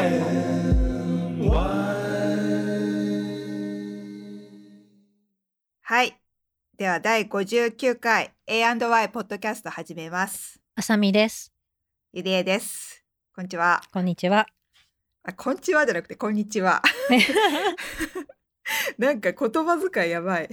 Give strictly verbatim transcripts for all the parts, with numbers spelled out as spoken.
はい。ではだいごじゅうきゅうかい エーアンドワイ ポッドキャスト始めます。 あさみです。 ゆりえです。こんにちは。 こんにちは。 あ、こんにちはじゃなくてこんにちは。なんか言葉遣いやばい。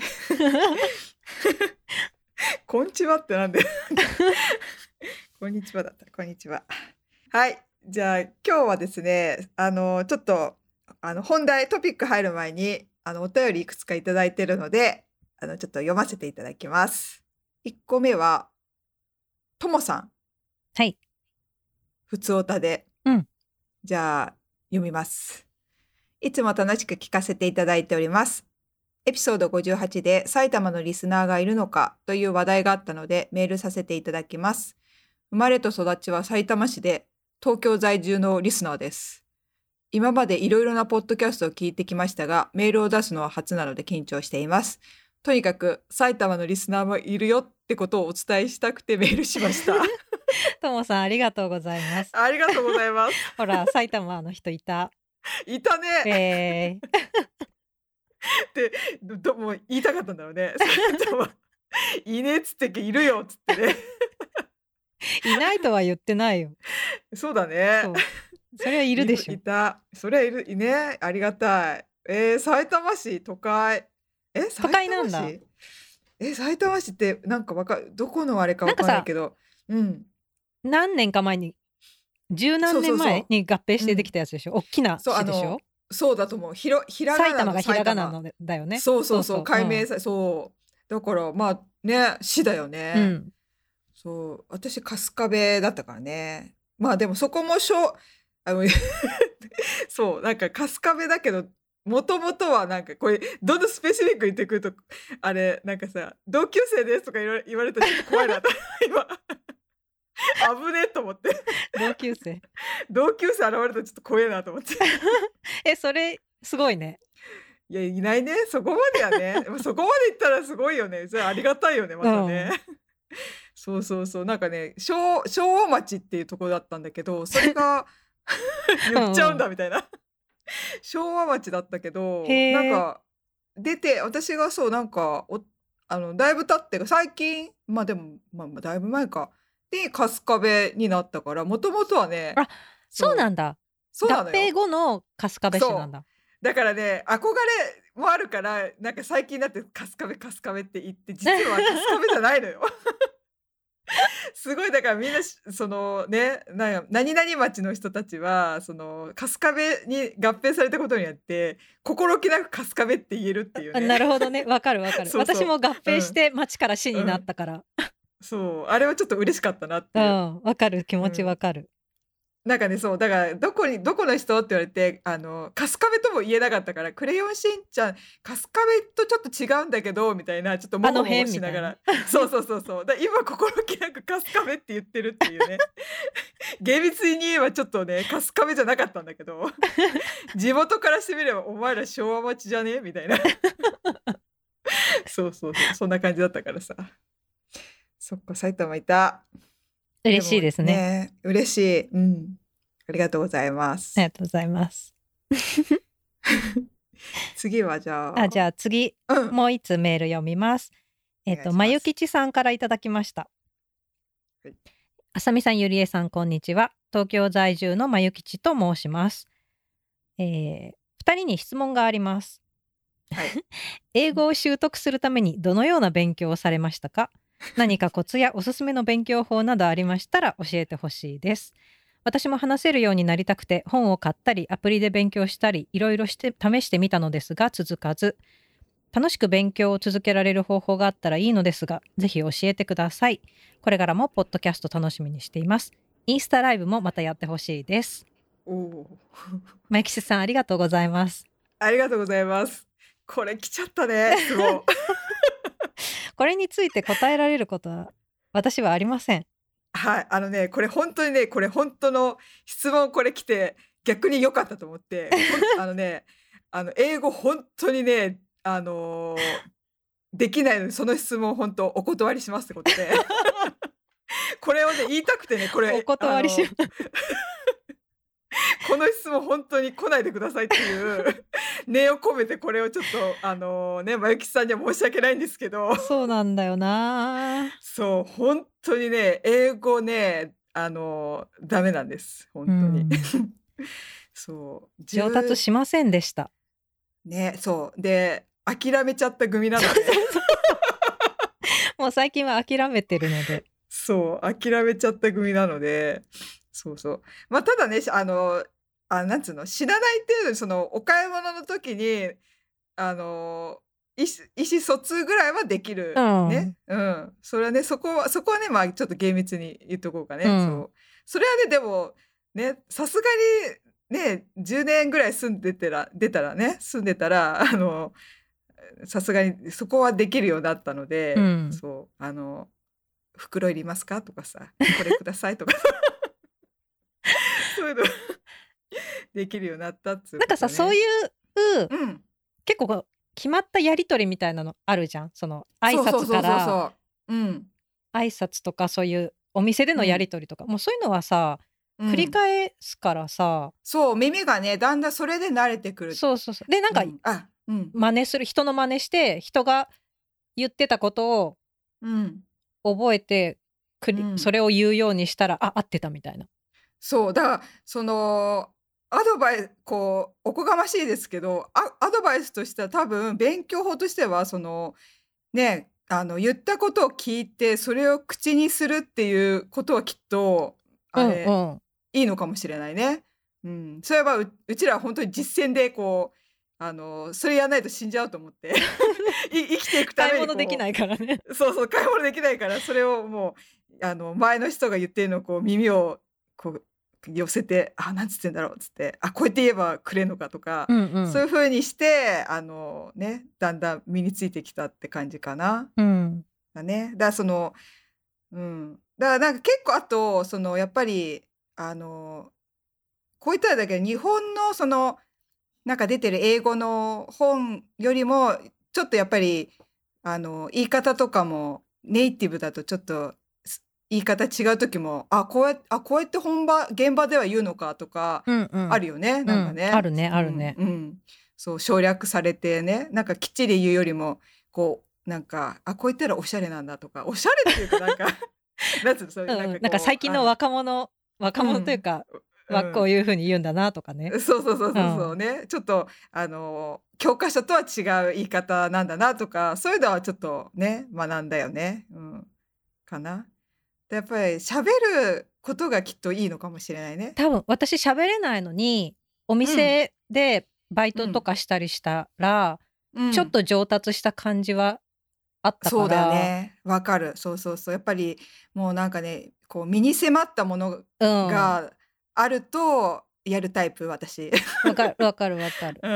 こんにちはってなんでこんにちはだった。こんにちは。はい。じゃあ今日はですね、あのちょっとあの本題トピック入る前にあのお便りいくつかいただいてるので、あのちょっと読ませていただきます。いっこめはともさん。 はい。 ふつおたで。 うん。 じゃあ読みます。いつも楽しく聞かせていただいております。エピソードごじゅうはちで埼玉のリスナーがいるのかという話題があったのでメールさせていただきます。生まれと育ちは埼玉市で東京在住のリスナーです。今までいろいろなポッドキャストを聞いてきましたが、メールを出すのは初なので緊張しています。とにかく埼玉のリスナーもいるよってことをお伝えしたくてメールしました。 ともさんありがとうございます。 ありがとうございます。 ほら埼玉の人いた。 いたね。 えー、 ってどもう言いたかったんだろうね。埼玉いねっつってけいるよっつってね。 いないとは言ってないよ。 そうだね。 そう。それはいるでしょ。 いた。それはいるね。ありがたい。えー、埼玉市都会。え都会なんだ。 埼玉市え埼玉市ってなんかわかどこのあれかわかんないけど、うん。 何年か前に十何年前に合併してできたやつでしょ。大きな市でしょ。 そうだと思う。ひろひらがなの埼玉がひらがなのだよね。 そうそうそう改名さ、うん、そうだからまあね市だよね。うん、そう私春日部だったからね。まあでもそこもしょあのそうなんか春日部だけどもともとはなんかこれどんどんスペシフィックに言ってくるとあれなんかさ同級生ですとか言われたらちょっと怖いな今危ねえと思って同級生同級生現れたらちょっと怖えなと思ってえそれすごいね。 いやいないねそこまではねそこまで言ったらすごいよね。それありがたいよねまたね、うん、そうそうそうなんかね昭和町っていうところだったんだけどそれが言っちゃうんだみたいな、うん、昭和町だったけどなんか出て私がそうなんかおあのだいぶ経って最近まあでも、まあ、だいぶ前かで春日部になったからもともとはねあそうなんだそうなのよ合併後の春日部市なんだ。 だからね憧れもあるからなんか最近になって春日部春日部って言って実は春日部じゃないのよすごいだからみんなそのねな何々町の人たちはその春日部に合併されたことによって心置きなく春日部って言えるっていうね。 なるほどねわかるわかるそうそう私も合併して町から市になったから、うんうん、 そうあれはちょっと嬉しかったなっていう。 うんわかる気持ちわかる、うんなんかねそうだからどこにどこの人って言われてあの春日部とも言えなかったからクレヨンしんちゃん春日部とちょっと違うんだけどみたいなちょっともごもごしながらそうそうそうそうだ今心置きなく春日部って言ってるっていうね厳密に言えばちょっとね春日部じゃなかったんだけど地元からしてみればお前ら昭和町じゃねみたいなそうそうそうそんな感じだったからさそっか埼玉いた。 嬉しいですね。ね嬉しい、うん。ありがとうございます。 ありがとうございます。 次はじゃあ。 あ、じゃあ次、うん、もう一つメール読みます。えっと、まゆきちさんからいただきました。はい、あさみさん、ゆりえさん、こんにちは。東京在住のまゆきちと申します。えー、ふたりに質問があります。はい、英語を習得するためにどのような勉強をされましたか？何かコツやおすすめの勉強法などありましたら教えてほしいです。私も話せるようになりたくて本を買ったりアプリで勉強したりいろいろして試してみたのですが続かず、楽しく勉強を続けられる方法があったらいいのですが、ぜひ教えてください。これからもポッドキャスト楽しみにしています。インスタライブもまたやってほしいです。おまゆきちさんありがとうございます。 ありがとうございます。これ来ちゃったね。すごいこれについて答えられることは私はありません。 はい、あのねこれ本当にねこれ本当の質問これ来て逆に良かったと思ってあのねあの英語本当にねあのー、できないのでその質問本当お断りしますってことでこれをね言いたくてねこれお断りしますこの質問本当に来ないでくださいっていう念を込めてこれをちょっとあのねまゆきさんには申し訳ないんですけどそうなんだよな。 そう本当にね英語ねあのダメなんです本当に、 うん、 そう上達しませんでした。 ねそうで諦めちゃった組なのでもう最近は諦めてるのでそう諦めちゃった組なのでそうそうまあただねあのあなんつうの死なない程度にそのお買い物の時にあの意思意思疎通ぐらいはできるね、うん、うん、それはねそこはそこはねまあちょっと厳密に言っとこうかね、うん、そうそれはねでもねさすがにねじゅうねんぐらい住んでたら出たらね住んでたらあのさすがにそこはできるようになったので、うん、そうあの袋いりますかとかさこれくださいとかそういうのできるようになったっつう、ね、 なんかさそういう、うん、結構決まったやり取りみたいなのあるじゃん。その挨拶から挨拶とかそういうお店でのやり取りとか、うん、もうそういうのはさ繰り返すからさ、 うん、そう耳がねだんだんそれで慣れてくる。 そうそうそうでなんか、うんあうん、真似する人の真似して人が言ってたことを覚えて、うん、それを言うようにしたらあ合ってたみたいな。 そうだからそのアドバイスこうおこがましいですけど ア, アドバイスとしては多分勉強法としてはそのねあの言ったことを聞いてそれを口にするっていうことはきっとあれ、うんうん、いいのかもしれないね。うん、それは う, うちらは本当に実践でこうあのそれやらないと死んじゃうと思って生きていくために買い物できないからね。 そうそう買い物できないからそれをもうあの前の人が言ってるのをこう耳をこう寄せてあなんつってんだろうっつってあこうやって言えばくれるのかとか、うんうん、そういう風にしてあのねだんだん身についてきたって感じかな。うん、だね。だからそのうんだからなんか結構あとそのやっぱりあのこう言ったらだけど日本のそのなんか出てる英語の本よりもちょっとやっぱりあの言い方とかもネイティブだとちょっと言い方違う時もあこうやあこうやって本場現場では言うのかとかあるよね、うんうん、なんかね、 うん、あるねあるね、 うんうん、そう省略されてねなんかきっちり言うよりもこうなんかあこう言ったらおしゃれなんだとかおしゃれっていうかなんかなんつうのそういうなんかこう、うん、なんか最近の若者若者というか、うん、はこういう風に言うんだなとかね、 うん、そうそうそうそうそうね、うん、ちょっとあの教科書とは違う言い方なんだなとかそういうのはちょっとね学んだよね、うん、かな。やっぱり喋ることがきっといいのかもしれないね。 多分私喋れないのにお店でバイトとかしたりしたら、うん、ちょっと上達した感じはあったから、 そうだよねわかるそうそうそうやっぱりもうなんかねこう身に迫ったものがあるとやるタイプ、私わかるわかるわかる、うん、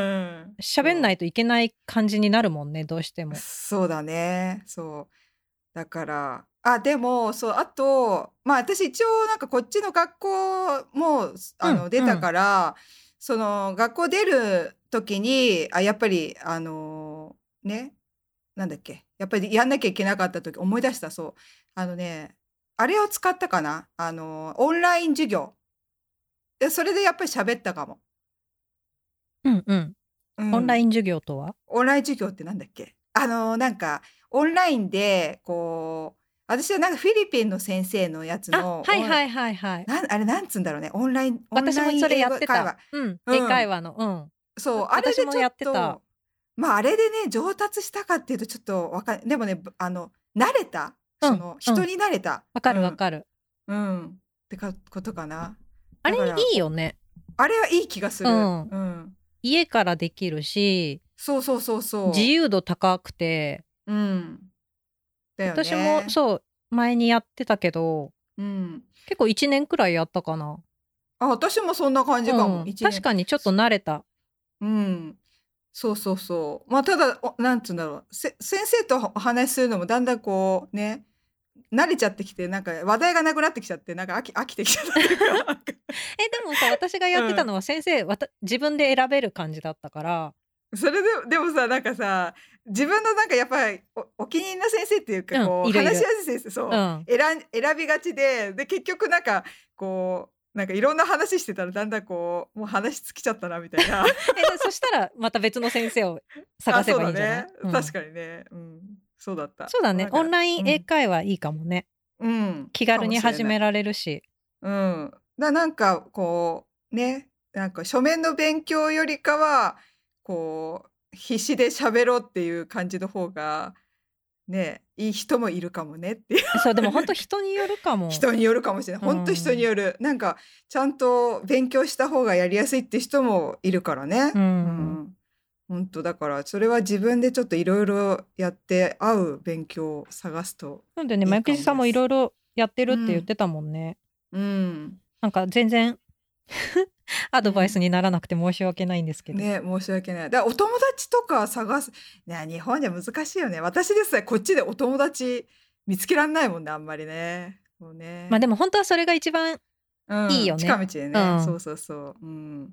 喋んないといけない感じになるもんねどうしても。 そうだねそうだからあでもそうあとまあ私一応なんかこっちの学校もあの、うん、出たから、うん、その学校出る時にあやっぱりあのー、ねなんだっけやっぱりやんなきゃいけなかった時思い出したそうあのねあれを使ったかなあのー、オンライン授業でそれでやっぱり喋ったかも。 うんうん、うん、オンライン授業とはオンライン授業ってなんだっけあのー、なんかオンラインでこう私はなんかフィリピンの先生のやつのはいはいはいはいなあれなんつうんだろうねオンラインオンライン私もそれやってた、うん、英会話の、うん、 そうあれでちょっとやってたまああれでね上達したかっていうとちょっとわかんでもねあの慣れたその、うん、人に慣れたわ、 うん、かるわかる、 うん、うん、ってかことかな。 あれいいよねあれはいい気がする、うんうん、家からできるしそうそうそうそう自由度高くて、 うんだよね、 私もそう前にやってたけど、うん、結構いちねんくらいやったかな。 あ私もそんな感じかも、 うん、確かにちょっと慣れた。 うんそうそうそうまあただなんつうんだろう先生とお話しするのもだんだんこうね慣れちゃってきてなんか話題がなくなってきちゃってなんか飽き、飽きてきちゃったっていうかえでもさ私がやってたのは先生、うん、わた自分で選べる感じだったからそれででもさなんかさ自分のなんかやっぱり お, お気に入りの先生っていうかこう、うん、いるいる話しやすい先生そう、うん、選, 選びがちでで結局なんかこなんかいろんな話してたらだんだんこうもう話尽きちゃったなみたいなえそしたらまた別の先生を探せばいいんじゃない？ あ、そうだね、うん、確かにね、うん、そうだった。 そうだね、オンライン英会話いいかもね、うん、気軽に始められるし、 うん、だなんかこうね、なんか書面の勉強よりかはこう必死で喋ろうっていう感じの方がね、いい人もいるかもねっていう。 そうでも本当人によるかも。 人によるかもしれない。本当人による。なんかちゃんと勉強した方がやりやすいって人もいるからね。 うん。うん、 本当だからそれは自分でちょっといろいろやって合う勉強を探すと。 なんでね、まゆきちさんもいろいろやってるって言ってたもんね。うん。うん、なんか全然アドバイスにならなくて申し訳ないんですけど、うん、 ね、申し訳ない。だからお友達とか探す、ね、日本じゃ難しいよね。私でさえこっちでお友達見つけられないもんね、あんまりね。もうね。まあでも本当はそれが一番いいよね。 うん、近道でね、うん、そうそうそう。うん、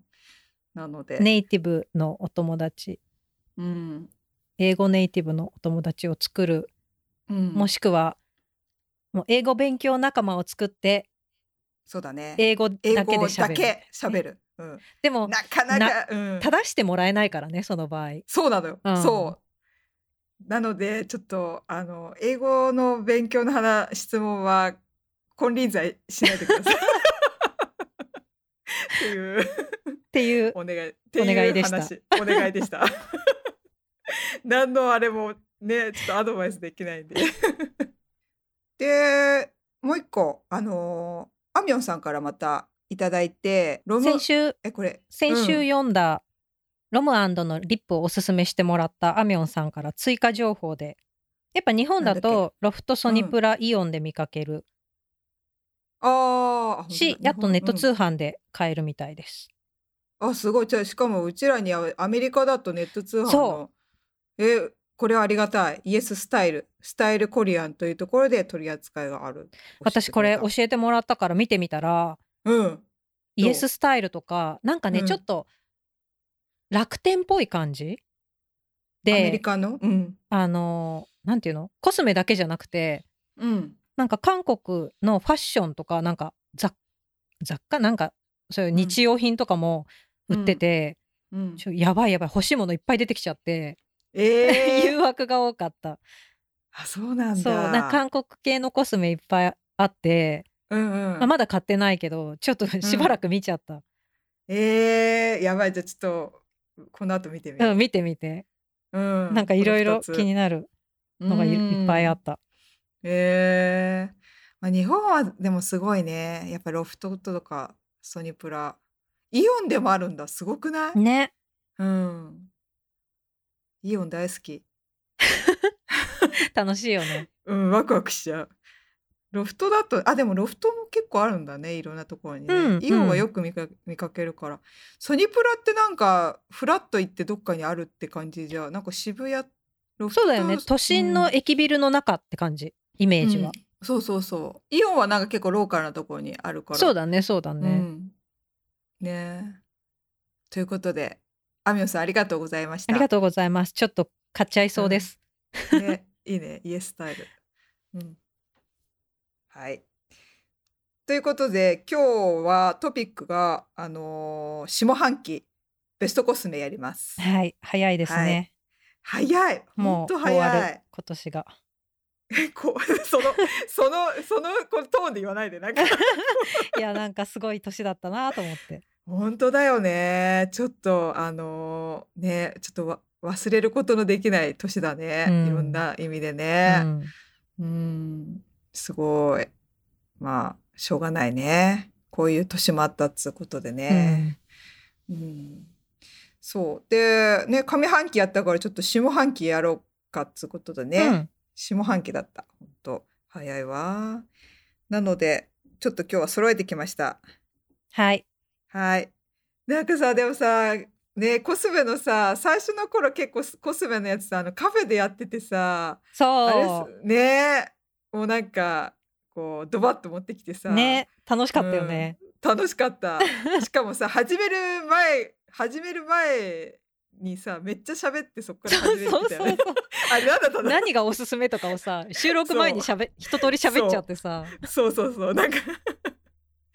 なのでネイティブのお友達、うん、英語ネイティブのお友達を作る、うん、もしくはもう英語勉強仲間を作って、 そうだね、 英語だけで喋る。 け喋る、うん、 でもなかなか、うん、 正してもらえないからね、その場合。 そうなのよ、うん、そうなのでちょっとあの英語の勉強の話質問は金輪際しないでくださいっていうっていうお願いお願いでしたお願いでした何のあれもねちょっとアドバイスできないんででもう一個あのー、アミョンさんからまたいただいてロム先週えこれ先週読んだ、うん、ロム&のリップをおすすめしてもらったアミョンさんから追加情報で、やっぱ日本だとロフトソニプライオンで見かける、うん、あしやっとネット通販で買えるみたいです、 うん、あすごい。じゃあしかもうちらにはアメリカだとネット通販のえこれはありがたい。イエススタイルスタイルコリアンというところで取り扱いがある。 私これ教えてもらったから見てみたら、うん、イエススタイルとかなんかね、うん、ちょっと楽天っぽい感じで、 アメリカの、うん、 あのなんていうの、コスメだけじゃなくて、うん、なんか韓国のファッションとかなんか 雑, 雑貨なんかそういう日用品とかも売ってて、うんうん、ちょやばいやばい欲しいものいっぱい出てきちゃって、えー、誘惑が多かった。 あ、そうなんだ。 そうな韓国系のコスメいっぱいあって、うんうんまあ、まだ買ってないけどちょっとしばらく見ちゃった、うん、 えー、やばい。じゃあちょっとこの後見てみる、 うん、見てみて、うん、なんかいろいろ気になるのが い, いっぱいあった。 えーまあ、日本はでもすごいね。やっぱロフトとかソニプライオンでもあるんだ。すごくないね。 うんイオン大好き楽しいよね。 うんワクワクしちゃう。ロフトだとあでもロフトも結構あるんだね、いろんなところにね、うん、イオンはよく 見か、見かけるから。ソニプラってなんかフラッと行ってどっかにあるって感じじゃ、なんか渋谷ロフトそうだよね、都心の駅ビルの中って感じ、うん、イメージは、うん、 そうそうそう。イオンはなんか結構ローカルなところにあるから。 そうだねそうだね、うん、 ねということでアミオさんありがとうございました。 ありがとうございます。ちょっと買っちゃいそうです、 うん、ねいいねイエススタイル、うんはい。ということで今日はトピックが、あのー、下半期ベストコスメやります。 はい、早いですね。 はい、早い。もう終わる今年が。 こそのそのそのこのトーンで言わないでなんかいやなんかすごい年だったなと思って。 本当だよね。ちょっとあのー、ねちょっとわ忘れることのできない年だね、うん、いろんな意味でね。うん、うんすごい。まあしょうがないね。こういう年もあったっつうことでね。うん、うん、そうでね上半期やったからちょっと下半期やろうかっつうことでね。うん、下半期だった。本当早いわ。なのでちょっと今日は揃えてきました。 はいはい。なんかさでもさねコスメのさ最初の頃結構コスメのやつさあのカフェでやっててさそうあれねもうなんかこうドバッと持ってきてさね楽しかったよね、 うん、楽しかったしかもさ始める前始める前にさめっちゃ喋ってそっから始めてたよね。そうそうそうあれなんだったの何がおすすめとかをさ収録前にしゃべ一通り喋っちゃってさそうそうそうなんか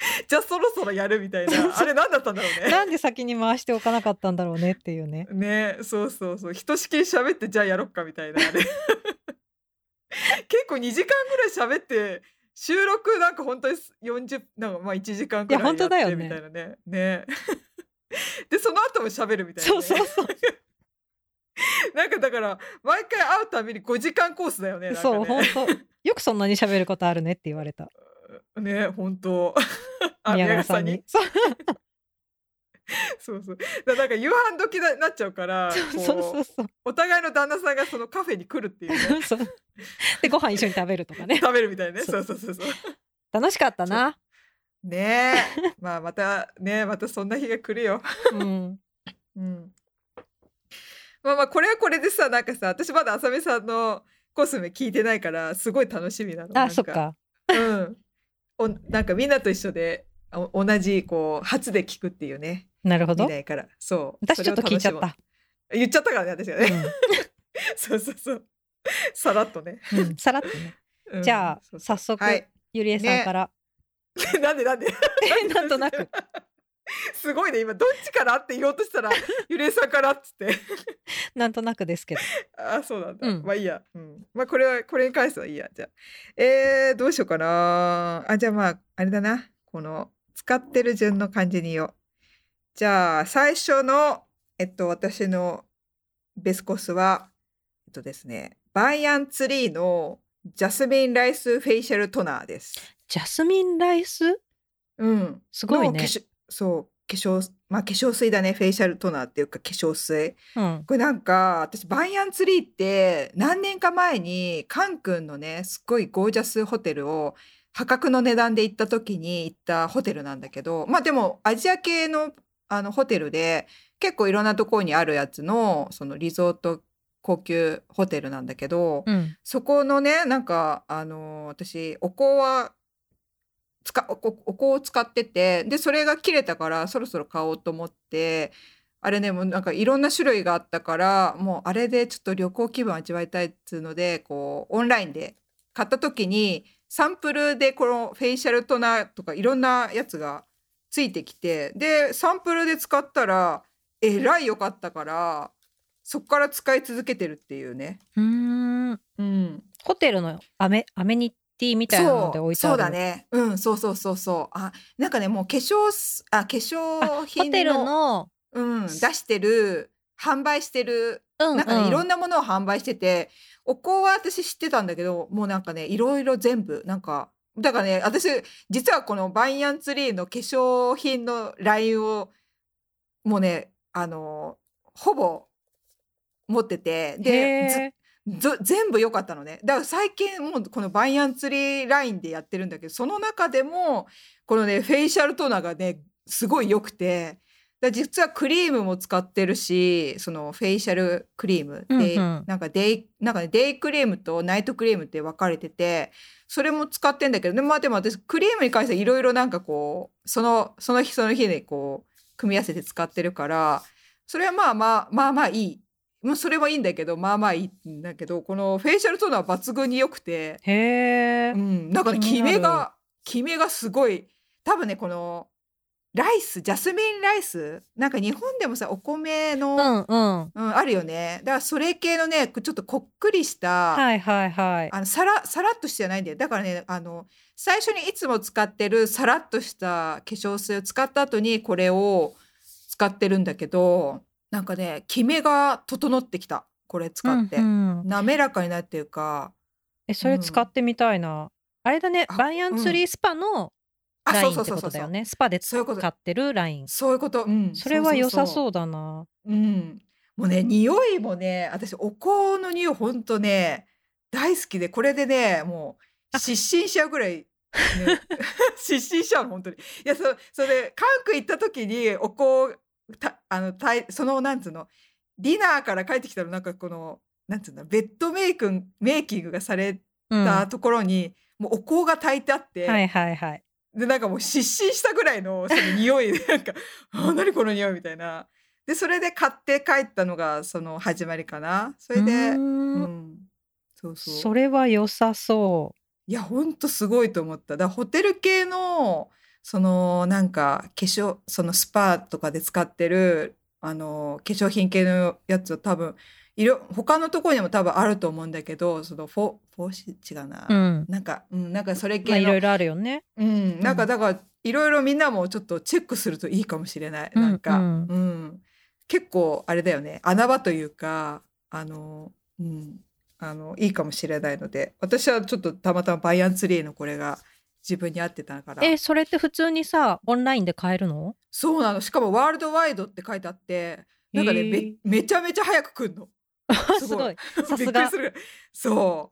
じゃあそろそろやるみたいな、あれ何だったんだろうね。 なんで先に回しておかなかったんだろうねっていうね。 ね、そうそうそう、ひとしきり喋ってじゃあやろっかみたいなあれ。結構にじかんぐらい喋って、収録なんか本当によんじゅうなんかまあいちじかんいや本くらいやっ当だよね。 てみたいなね。ね。でその後も喋るみたいなそうね。 そうそう。 なんかだから毎回会うたびにごじかんコースだよね。なんかそうね。 本当。よくそんなに喋ることあるねって言われた。 ね、本当。あ、 宮宮川さんに。 川さんに。そうそうそう。だなんか夕飯時だなっちゃうから、 そうそうこうそう。 お互いの旦那さんがそのカフェに来るっていうね。 そうでご飯一緒に食べるとかね。 食べるみたいなね。 そそうそうそうそう。 楽しかったな。 ねえ。まあまたね、またそんな日が来るよ。 うん。 うん。まあまあこれはこれでさ、なんかさ、私まだあさみさんのコスメ聞いてないからすごい楽しみなの。なあ、 んか。 そっか。 うん。おなんかみんなと一緒でお同じこう初で聞くっていうね。 なるほど。 見ないから。そう。 私ちょっと聞いちゃった。 言っちゃったからね、私がね。 うん、 そうそうそう。さらっとね。 うん、さらっとね。うん、じゃあそうそう早速、はい、ゆりえさんから。 ね、なんでなんでなんとなく。 すごいね、今どっちからって言おうとしたらゆりえさんからっつってなんとなくですけど。 あ、そうなんだ、うん、まあいいや、うん、まあこれはこれに関してはいいや。じゃあえー、どうしようかなあ。じゃあまああれだな、この使ってる順の感じによ。じゃあ最初のえっと私のベスコスはえっとですね、バイアンツリーのジャスミンライスフェイシャルトナーです。 ジャスミンライス、 うん、 すごいね。 そう化粧まあ化粧水だね。フェイシャルトナーっていうか化粧水、うん、これなんか私バイアンツリーって何年か前にカン君のねすっごいゴージャスホテルを破格の値段で行った時に行ったホテルなんだけど、まあでもアジア系のあのホテルで結構いろんなところにあるやつのそのリゾート高級ホテルなんだけど、うん、そこのねなんかあの私お香は使お香を使ってて、でそれが切れたからそろそろ買おうと思って、あれねもうなんかいろんな種類があったから、もうあれでちょっと旅行気分味わいたいっつうのでこうオンラインで買った時にサンプルでこのフェイシャルトナーとかいろんなやつがついてきて、でサンプルで使ったらえらい良かったからそっから使い続けてるっていうね。 うーん、うん、ホテルのアメアメニティみたいなので置いてある。 そう、そうだね。うん、そうそうそうそう。あ、なんかねもう化粧あ化粧品のホテルの、 うん、出してる販売してる、うんうん、なんかねいろんなものを販売してて、お香は私知ってたんだけど、もうなんかねいろいろ全部なんかだからね、私実はこのバイアンツリーの化粧品のラインをもうねあのほぼ持ってて、で全部良かったのね。だから最近もうこのバイアンツリーラインでやってるんだけど、その中でもこのねフェイシャルトナーがねすごい良くて、だ実はクリームも使ってるし、そのフェイシャルクリームで、うんうん、なんかデイなんかねデイクリームとナイトクリームって分かれてて、それも使ってんだけど、でもまあでも私クリームに関してはいろいろなんかこうそのその日その日でこう組み合わせて使ってるから、それはまあまあまあまあいい。もうそれはいいんだけど、まあまあいいんだけど、このフェイシャルトーナーは抜群に良くて、 へー、 うん、なんかねキメがキメがすごい、多分ねこのライスジャスミンライスなんか日本でもさお米の、 うんうんうん、あるよね。だからそれ系のねちょっとこっくりした、 はいはいはい、 あのさらさらっとしてないんだよ。だからねあの最初にいつも使ってるさらっとした化粧水を使った後にこれを使ってるんだけど、なんかねキメが整ってきた、これ使って、うんうん、滑らかになるっていうか。 えそれ使ってみたいな、うん、あれだね、バイアンツリースパのラインってことだよね。スパで使ってるライン。 そういうこと、うん、 それは良さそうだな。 うん、もうね匂いもね、私お香の匂いほんとね大好きで、これでねもう失神しちゃうぐらい、ね、失神しちゃうの本当に。いや そ, それで韓国行った時にお香たあのたそのなんつうのディナーから帰ってきたらなんかこのなんつうのベッドメイクメイキングがされたところに、うん、もうお香が焚いてあって、 はいはいはい、 でなんかもう失神したぐらいのその匂いでなんかあ何この匂いみたいな。でそれで買って帰ったのがその始まりかな。それでうん、うん、そうそう、 それは良さそう。 いやほんとすごいと思った。だホテル系のそのなんか化粧そのスパとかで使ってるあの化粧品系のやつは多分いろ他のところにも多分あると思うんだけど、そのフォフォーシ違うな、 うん。 なんか、うん、なんかそれまあ系の、 いろいろあるよね。 うん、なんかうん。 だからいろいろみんなもちょっとチェックするといいかもしれない。 うなんか、 んうん。 うん、結構あれだよね、穴場というか、あの、うん、あのいいかもしれないので、私はちょっとたまたまバイアンツリーのこれが自分に合ってたから。 え、それって普通にさ、オンラインで買えるの？ そうなの。しかもワールドワイドって書いてあって、なんかね、め、 へえ。 めちゃめちゃ早く来んの。すごい。 すごい。さびすが。 っくりする。そう。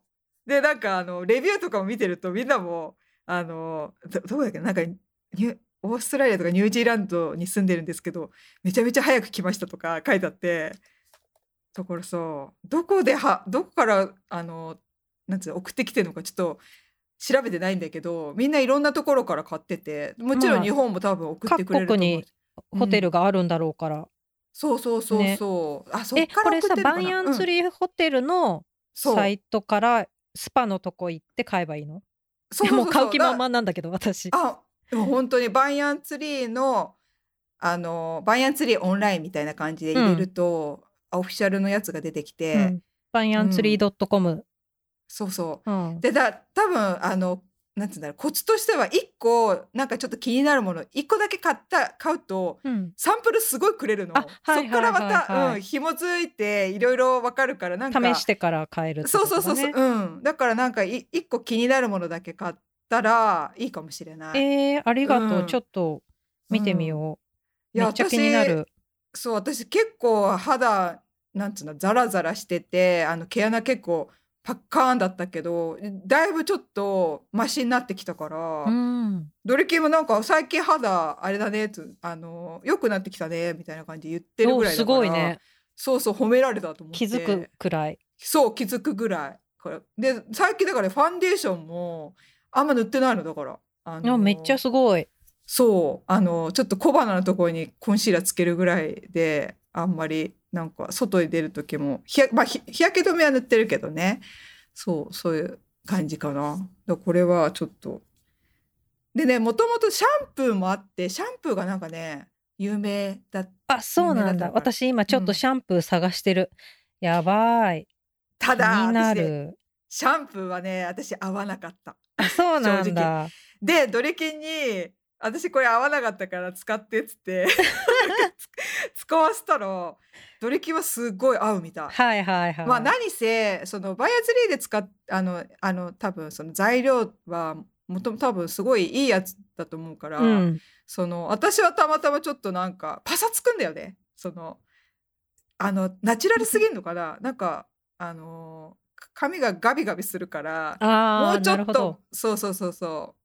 で、なんかあの、レビューとかも見てるとみんなも、あの、ど、どこだっけな、なんかニュ、オーストラリアとかニュージーランドに住んでるんですけど、めちゃめちゃ早く来ましたとか書いてあって、だからさ、どこでは、どこから、あの、なんつうの、送ってきてるのかちょっと調べてないんだけど、みんないろんなところから買ってて、もちろんまあ、 日本も多分送ってくれる各国にと思うし。うホテルん。 があるんだろうから。 そうそうそうね。 そう。あ、そえ、 っから送っこれさ、バイてんのかな。うん。 アンツリーホテルのサそイトからスパのとこ行って買えばいいの？ う。そうえ、もうそうそうそう。 買う気満々 だ、 なんだけど、私。 あ、でも本当にバイアンツリーの、あの、バイアンツリーオンラインみたいな感じでうん。 入れると、オフィシャルのやつが出てきて、 うん。バイアンツリうん。 ー .com。 そうそう。 うん。 で、だ、多分あの、なんつうんだろう、コツとしては一個、なんかちょっと気になるもの、一個だけ買った、買うと、 うん。 サンプルすごいくれるあ、 の。 はそっかいはいはいらまた、うん、 はい。 紐づいていろいろわかるから、なんか、 試してから買えるってそうそうそうそう、 ことだね。 うん。だからなんかい一個気になるものだけ買ったらいいかもしれない。 えー、ありがとう。ちょうん、 っと見てみうん。 よう。 いや、 めっちゃ気にな私、 る。 そう、私結構肌、なんつうの、ザラザラしてて、あの毛穴結構パッカーンだったけど、だいぶちょっとマシになってきたかうら、 ん。 ドリキンもなんか最近肌あれだねつ、あの、良くなってきたねみたいな感じで言ってるおー、すぐらいだから、 ごいね。 そうそう褒められたと思っ気づくて、 くらい。 そう気づくぐらい。これで、最近だからファンデーションもあんま塗ってないのだから、ああ、めっちゃの、 すごい。 そう、あの、ちょっと小鼻のところにコンシーラーつけるぐらいで、あんまりなんか外に出る時も、日や、まあ、日日焼け止めは塗ってるけどね。そう、そういう感じかな。だからこれはちょっと。でね、もともとシャンプーもあって、シャンプーがなんかね、有名だ、 あ、そ有名うなんだ。 だったのかな。 私今ちょっとうん。 シャンプー探してる。やばい。気にただ、私ね、 なる。 シャンプーはね、私合わなかった。 あ、そう正直。 なんだ。 で、ドリキンに、私これ合わなかったから使ってっつってつ使わせたら、ドリキンはすごい合うみたい。 はいはいまあはい。 何せ、そのバイアツリーで使っ、あの、あの、多分その材料は、もとも多分すごいいいやつだと思うから、 うん。 その、私はたまたまちょっとなんか、パサつくんだよね。その、あの、ナチュラルすぎんのかななんか、あの、髪がガビガビするから、もああ、 うちょなるほど。 っと、そうそうそうそう。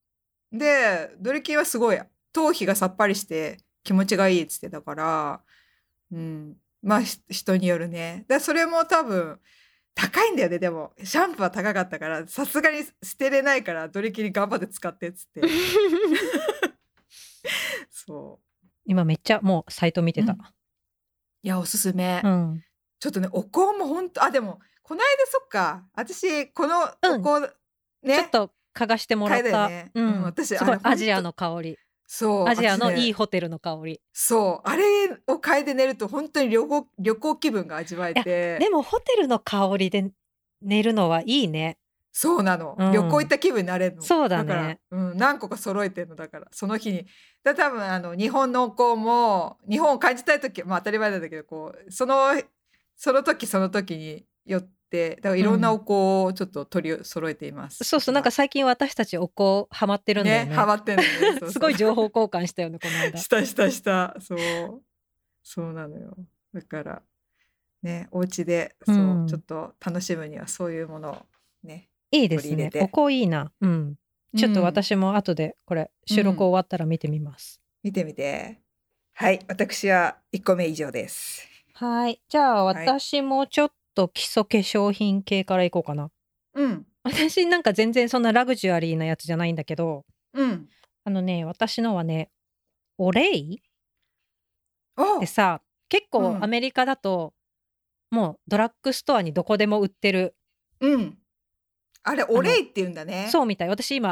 で、ドリキンはすごい、頭皮がさっぱりして気持ちがいいっつってたから、うん。まあ、ひ人によるね。だそれも多分、高いんだよね、でも。シャンプーは高かったから、さすがに捨てれないから、ドリキン頑張って使ってっつって。そ今めっちゃもうサイト見う。 てた。 うん。いや、おすすめ。 うん。 ちょっとね、お香もほんと、あ、でも、こないだそっか、私、このおうん。 香、ね、 ちょっと嗅がしてもら買いだよった。 ね。うん、 うん。 私、 すあれ、 ごいアジアほんと、 の香り。 そう、 アジアのいい私ね、 ホテルの香り。 そう、あれを嗅いで寝ると、本当に旅行、旅行気分が味わえいや、 て、 でもホテルの香りで寝るのはいいね。 そうなの。 う旅行行っん。 た気分になれるの。 そうだだから、 ね。 うん、何個か揃えてんの、だから、その日に。だ多分、あの、日本のお香も、日本を感じたい時、まあ当たり前なんだけど、こう、その、その時その時によって、だからいろんなおうん。 香をちょっと取り揃えています、 そうそう、なんか私は。 最近私たちお香ハマってるんだよね、ハね。 マってんのね。そうそう。 すごい情報交換したよね、この間。 したしたした。そう。そうなのよ。だから、ね、お家で、 うそう、ちょっん。 と楽しむにはそういうものをね、 いいですね。お取り入れて。 香いいな。うん。ちょっとうん、 私も後でこれう収録終ん。 わったら見てみます。 見てみて。はい、私はいっこめ以上です。 はい。じゃあはい。 私もちょっと基礎化粧品系からいこうかな。 うん、 私なんか全然そんなラグジュアリーなやつじゃないんだけど、 うん。 あのね、私のはね、オレイでお、 さ、結うん、 構アメリカだともうドラッグストアにどこでも売ってる。 うん。あれ、 あの、 お礼って言うんだね。 そうみたい。私今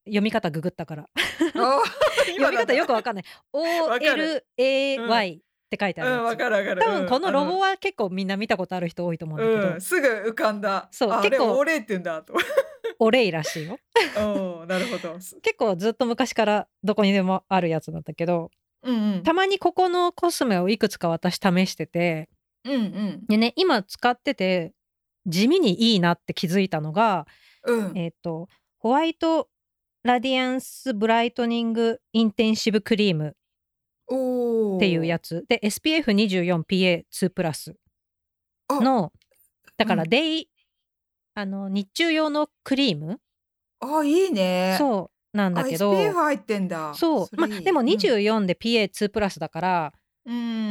読み方ググったから。 あ読み方よくわかんない。オーエルエーワイ って書いてあるやつ。 うん、わかるわかる。 多分このロゴは結構みんな見たことある人多いと思うんだけど、 うん、すぐ浮かんだ。 そうあ、 結構でもオーレイって言うんだと。 オレイらしいよ。 おー、なるほど。 結構ずっと昔からどこにでもあるやつなんだけど、 うんうん。 たまにここのコスメをいくつか私試してて、 うんうんでね、今使ってて地味にいいなって気づいたのが、 うんえっとホワイトラディアンスブライトニングインテンシブクリームおっていうやつ。 つで エスピーエフにじゅうよんピーエーツー プラスあ、 のだからうん。 デイ、あの日中用のクリームあ、いいね。 そうなんだあ、 けエスピーエフど、 入ってんだ。 そうまあでもそれいい。うん。 にじゅうよんで ピーエーツー プラスだから、 うん、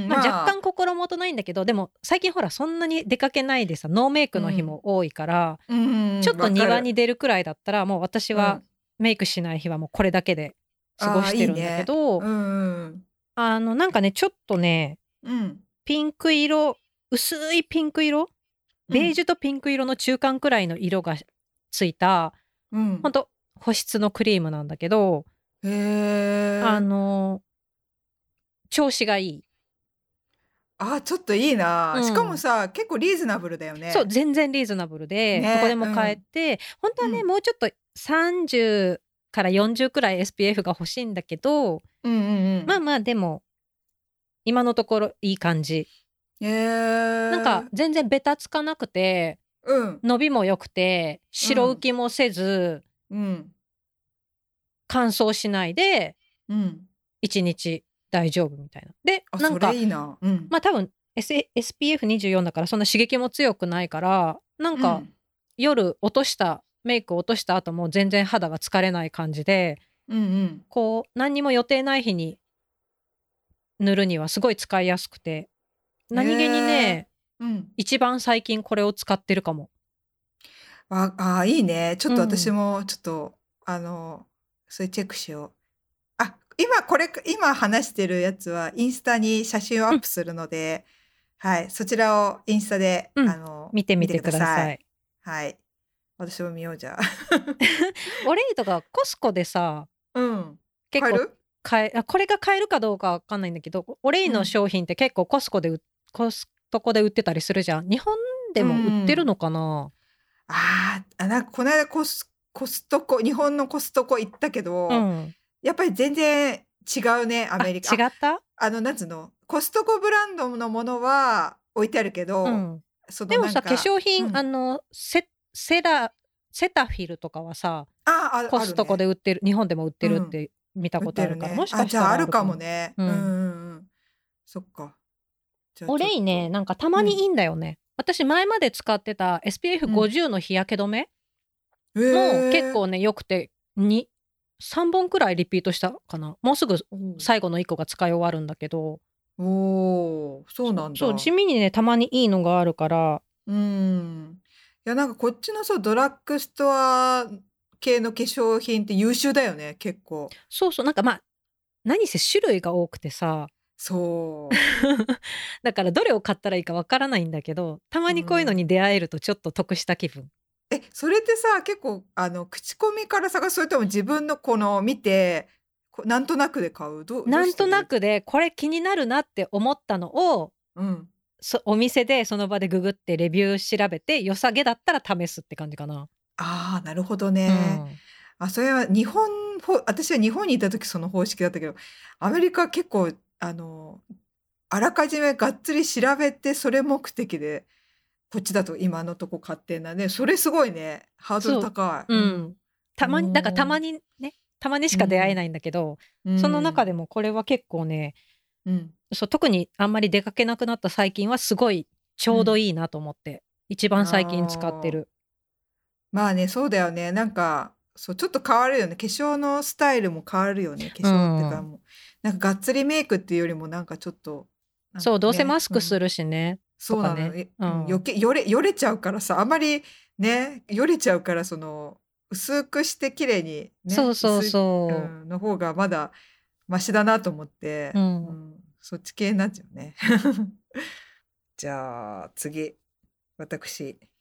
まあ、若まあ、 干心もとないんだけど、でも最近ほらそんなに出かけないでさ、ノーメイクの日うん。 も多いから、 うんうんうん、 ちょっとわか庭にる。 出るくらいだったらもう私はうん。 メイクしない日はもうこれだけで過ごああ、 してるんだけいいね。 ど、 うんうん。 あのなんかねちょっとねうん。 ピンク色、薄いピンク色、ベーうん。 ジュとピンク色の中間くらいの色がついたうん。 ほんと保湿のクリームなんだけど、 へあえ。 の調子がいい。 あ、ちょっといいな。しかもうん。 さ、結構リーズナブルだよそう、 ね。 全然リーズナブルで、どこでね、 も買えうん。 て、ほんとはね、 うん。 もうちょっとさんじゅうからよんじゅうくらい エスピーエフ が欲しいんだけど、 うんうんうん。 まあまあでも、今のところいい感じ。 へなんかえ。 全然ベタつかなくて、 うん。 伸びも良くて、 う白浮ん。 きもせず、 うん。 乾燥しないで、 うん。 いちにち大丈夫みたいな。で、 あ、それなんか、 いいな。うん。 まあ多分 S- エスピーエフにじゅうよん だからそんな刺激も強くないから、なんかうん。 夜落としたメイクを落とした後も全然肌が疲れない感じで、 うんうん。 こう何にも予定ない日に塗るにはすごい使いやすくて、 へ何気にえ。 ねうん。 一番最近これを使ってるかも。 あ、あ、いいね。ちょっと私うんもちょっと、あの、それチェックしよう。あ、今これ、今話してるやつはインスタに写真をアうんップするので、はい、そちらをインスタで、 うんあの、 見てみてく見てください。 ださい。 はい。私も見ようじゃあ。 オレイとかコスコでさうん。 結構買える？ 買えあこれが買えるかどうかわかんないんだけど、オレイのうん。 商品って結構コスコでうコストコで売ってたりするじゃん。日本うでも売ってるん。 のかな。 あーあ、なんかこの間コス、コストコ、日本のコストコ行ったけうど、 ん。 やっぱり全然違うね、アあ、 メリカ。あ、 違った？ あの、なんつうの、コストコブランドのものは置いてあるけど、 うん。 そのでもさ、化なんか、 粧品、あうん。 の、セセラセタフィルとかはさ、 ああ、あ、 コストコであるね。 売ってる日本でも売ってうん。 るって見た売っことあるから、もてるね。あ、 しかしたじゃああるからあるかも。 もね。うんううん。 んうん。そっか。じゃあオちょっレイね、 と。 なんかたまうん。 にいいんだよね。私前まで使ってた エスピーエフごじゅう の日焼け止めへも結え。 構ね良くて、にさんぼんくらいリピートしたかな。もうすぐおお。 最後のいっこが使い終わるんだけど、 おお、そうそそう、 なんだ。 地味にね、たまにいいのがあるから、 うーん。いや、なんかこっちのそう、ドラッグストア系の化粧品って優秀だよね、結構。 そうそう、なんかまあ、何せ種類が多くてさ、 そう。 だからどれを買ったらいいかわからないんだけど、たまうにこういうのにん。 出会えるとちょっと得した気分。 え、それってさ、結構、あの、口コミから探す、それとも自分のこの見て、こなんとなくで買う？どどうなんとなしてる？ くでこれ気になるなって思ったのを、 うん。 そお店でその場でググってレビュー調べて、良さげだったら試すって感じかな。 ああ、なるほどうね。 ん。 あ、それは日本ほ私は日本にいた時その方式だったけど、アメリカは結構、あの、あらかじめがっつり調べて、それ目的で、こっちだと今のとこ買ってんだね。それすごいね。ハードルそう。 高い。 ううん。 ん。たまにだからたおお。 まにね、たまにしうん。 か出会えないんだけど、 うその中ん。 でもこれは結構ね、 うん。 そう、特にあんまり出かけなくなった最近はすごいちょうどうん。 いいなと思って、一番最近使ってああ。 る。 まあね、そうだよね。なんか、そう、ちょっと変わるよね。化粧のスタイルも変わるよね。化う粧ってかん。 もう、なんかがっつりメイクっていうよりもなんかちょっと、なんそう、どうせマかね、うん。 スクするしね、とそうなのよ。 かね。 え、うん、余うん。 計よれよれちゃうからさ、あんまりね、よれちゃうから、その、薄くして綺麗にね、 そうそう薄いうそん、の方がまだマシだなと思っう。うて、うん。 ん、そっち系になっちゃうね。じゃあ、次、私。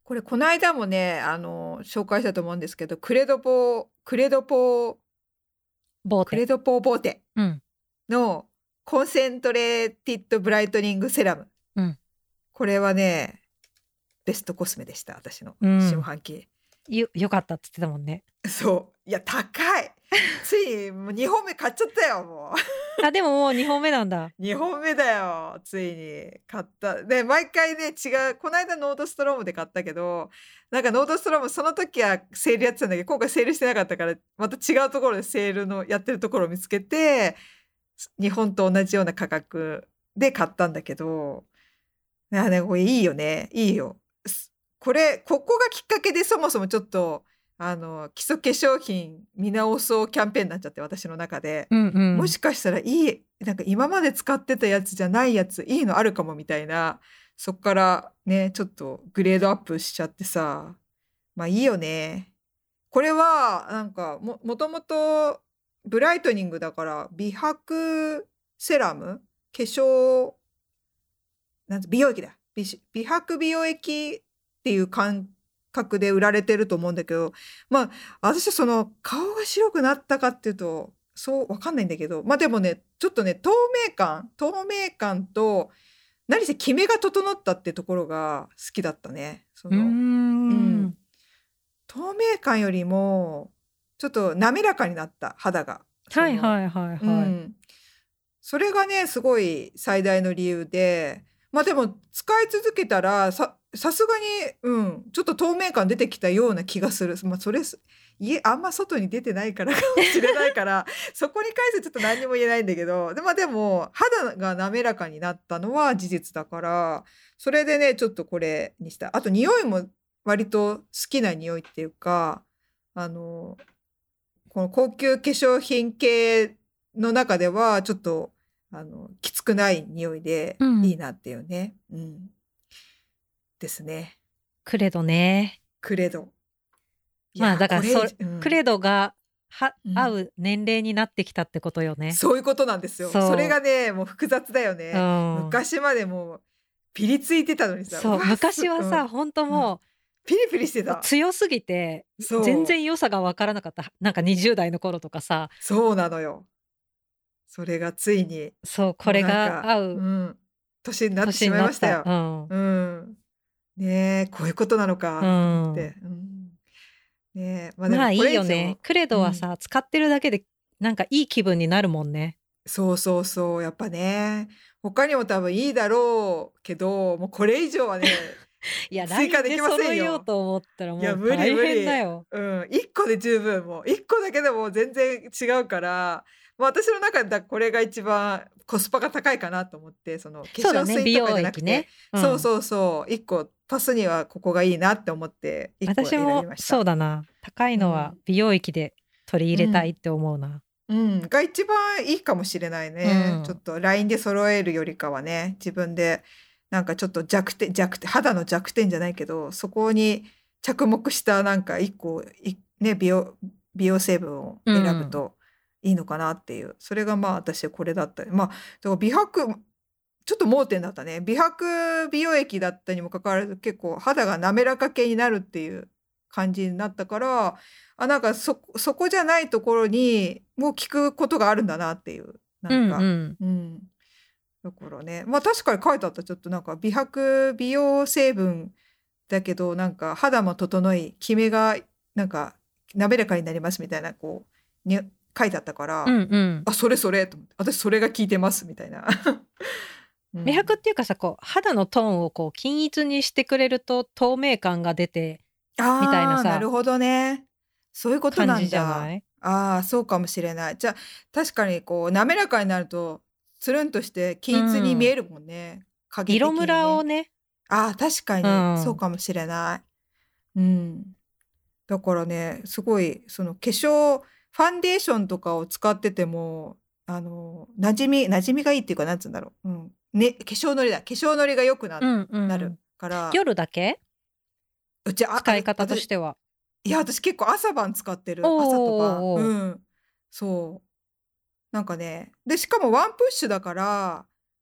これこの間もね、あの紹介したと思うんですけど、クレドポクレドポボーテクレドポボーテうんのコンセントレーティッドブライトニングセラム、 うん、 これはねベストコスメでした、私のうん下半期。 よよかったって言ってたもんね。 そういや高いついにもうにほんめ買っちゃったよもうあでももうにほんめなんだ。 にほんめだよ、ついに買ったで、毎回ね違う、この間ノードストロームで買ったけど、なんかノードストロームその時はセールやってたんだけど、今回セールしてなかったからまた違うところでセールのやってるところを見つけて、日本と同じような価格で買ったんだけど、いやねこれいいよね、いいよ。すこれここがきっかけでそもそもちょっとあの基礎化粧品見直そうキャンペーンになっちゃって、私の中で、 うんうん、 もしかしたらいい、なんか今まで使ってたやつじゃないやついいのあるかもみたいな、そっからねちょっとグレードアップしちゃってさ、まあいいよね。これはなんか も, もともとブライトニングだから美白セラム、化粧なんて美容液だ、美し美白美容液っていう感覚で売られてると思うんだけど、まあ私はその顔が白くなったかっていうとそうわかんないんだけど、まあでもねちょっとね透明感透明感と何せキメが整ったってところが好きだったね。そうのーうんん透明感よりもちょっと滑らかになった肌が、そはいのはいはいはい、 うんそれがねすごい最大の理由で、まあでも使い続けたらささすがに、うん、ちょっと透明感出てきたような気がする。まあそれす家あんま外に出てないからかもしれないからそこに関してちょっと何にも言えないんだけど、で、まあ、でも肌が滑らかになったのは事実だから、それでねちょっとこれにした。あと匂いも割と好きな匂いっていうか、あのこの高級化粧品系の中ではちょっとあのきつくない匂いでうんいいなっていうね、うん、ですね。 クレドね。 クレド。いまあやだからそ、 これ、うんクレドがはうん合う年齢になってきたってことよね。 そういうことなんですよ。 そうそれがねもう複雑だよね。 うん昔までもうピリついてたのにさ、 そうわ昔はさ、 すうん本当もピリピリしてうた。 強すぎてそう全然良さが分からなかった。なんかにじゅう代の頃とかさ、 そうなのよ。それがついにそうこれもうなんか、 が合ううん、年になってし年になった。 まいましたよ。 うんうん。ねえ、こういうことなのかと思って。うん。ねえ、まあでまあいもこれ以いよね。 上、 クレドはうん、 さ、使ってるだけでなんかいい気分になるもんね。 そうそうそう、やっぱね、他にも多分いいだろうけど、もうこれ以上はね、 いや追加ライン でできません揃えようよ。 と思ったらいや、 もう無理大無理。 変だよ。 うん、いっこで十分もう。いっこだけでも全然違うから、まあ、私の中でこれが一番コスパが高いかなと思って、その化そうだね、 粧水美容とかじゃなくて、 液ね。うんそうそうそう、いっこ足すにはここがいいなって思っていっこ選び私もました。 そうだな。高いのはうん。 美容液で取りう入れたいっん。 て思うな。 うん、が一番いいかもしれないうね。ちょっん。 と ライン で揃えるよりかはね、自分でなんかちょっと弱点弱点肌の弱点じゃないけど、そこに着目したなんか一個いね、美容美容成分をう選ぶん。 といいのかなっていう。それがまあ私はこれだった。まあ、だから美白ちょっと盲点だったね。美白美容液だったにもかかわらず結構肌が滑らか系になるっていう感じになったから、あ、なんかそそこじゃないところにもう効くことがあるんだなっていう、なうんうか、 ん。 うん。だからね、まあ確かに書いてあった、ちょっとなんか美白美容成分だけどなんか肌も整い、キメがなんか滑らかになりますみたいなこうに書いてあったかうら、 んうん。 あ、それそれと思って、私それが効いてますみたいな。う美白っん。 ていうかさ、こう肌のトーンをこう均一にしてくれると透明感が出てみたいなああ、なさ、 るほどね。そういうことな感じんだ。 じゃない？ ああ、そうかもしれない。じゃあ、確かにこう滑らかになると、つるんとしてう均一に見ん。 えるもんね。影色的にね。 ムラをね、 ああ、確かうにそうん。 かもしれない。うん。だからね、すごいその化粧ファンデーションとかを使ってても、あの、馴染み馴染みがいいっていうか、なんつうんだろう。うん。ね、化粧のりだ。化粧のりが良くなうんうなるん。 から、 夜だけ？ うち、あ、あ使い方とし私ては。 いや、私結構朝晩使っておる。朝と晩。 おおおお。 うん。そう。なんかね、で、しかもワンプッシュだから、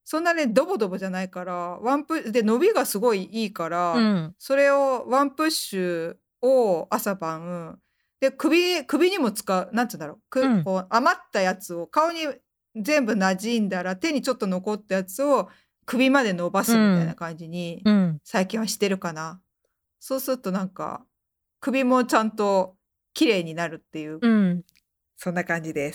そんなねドボドボじゃないからワンプで伸びがすごいいいから、 うん、 それをワンプッシュを朝晩で首首にも使う、なんつうんだろう、く、 うん、 こう余ったやつを顔に全部馴染んだら手にちょっと残ったやつを首まで伸ばすみたいな感じにうん。 最近はしてるかな。そうするとなんか首もちゃんと綺麗になるっていう、 うん。 そんな感じです。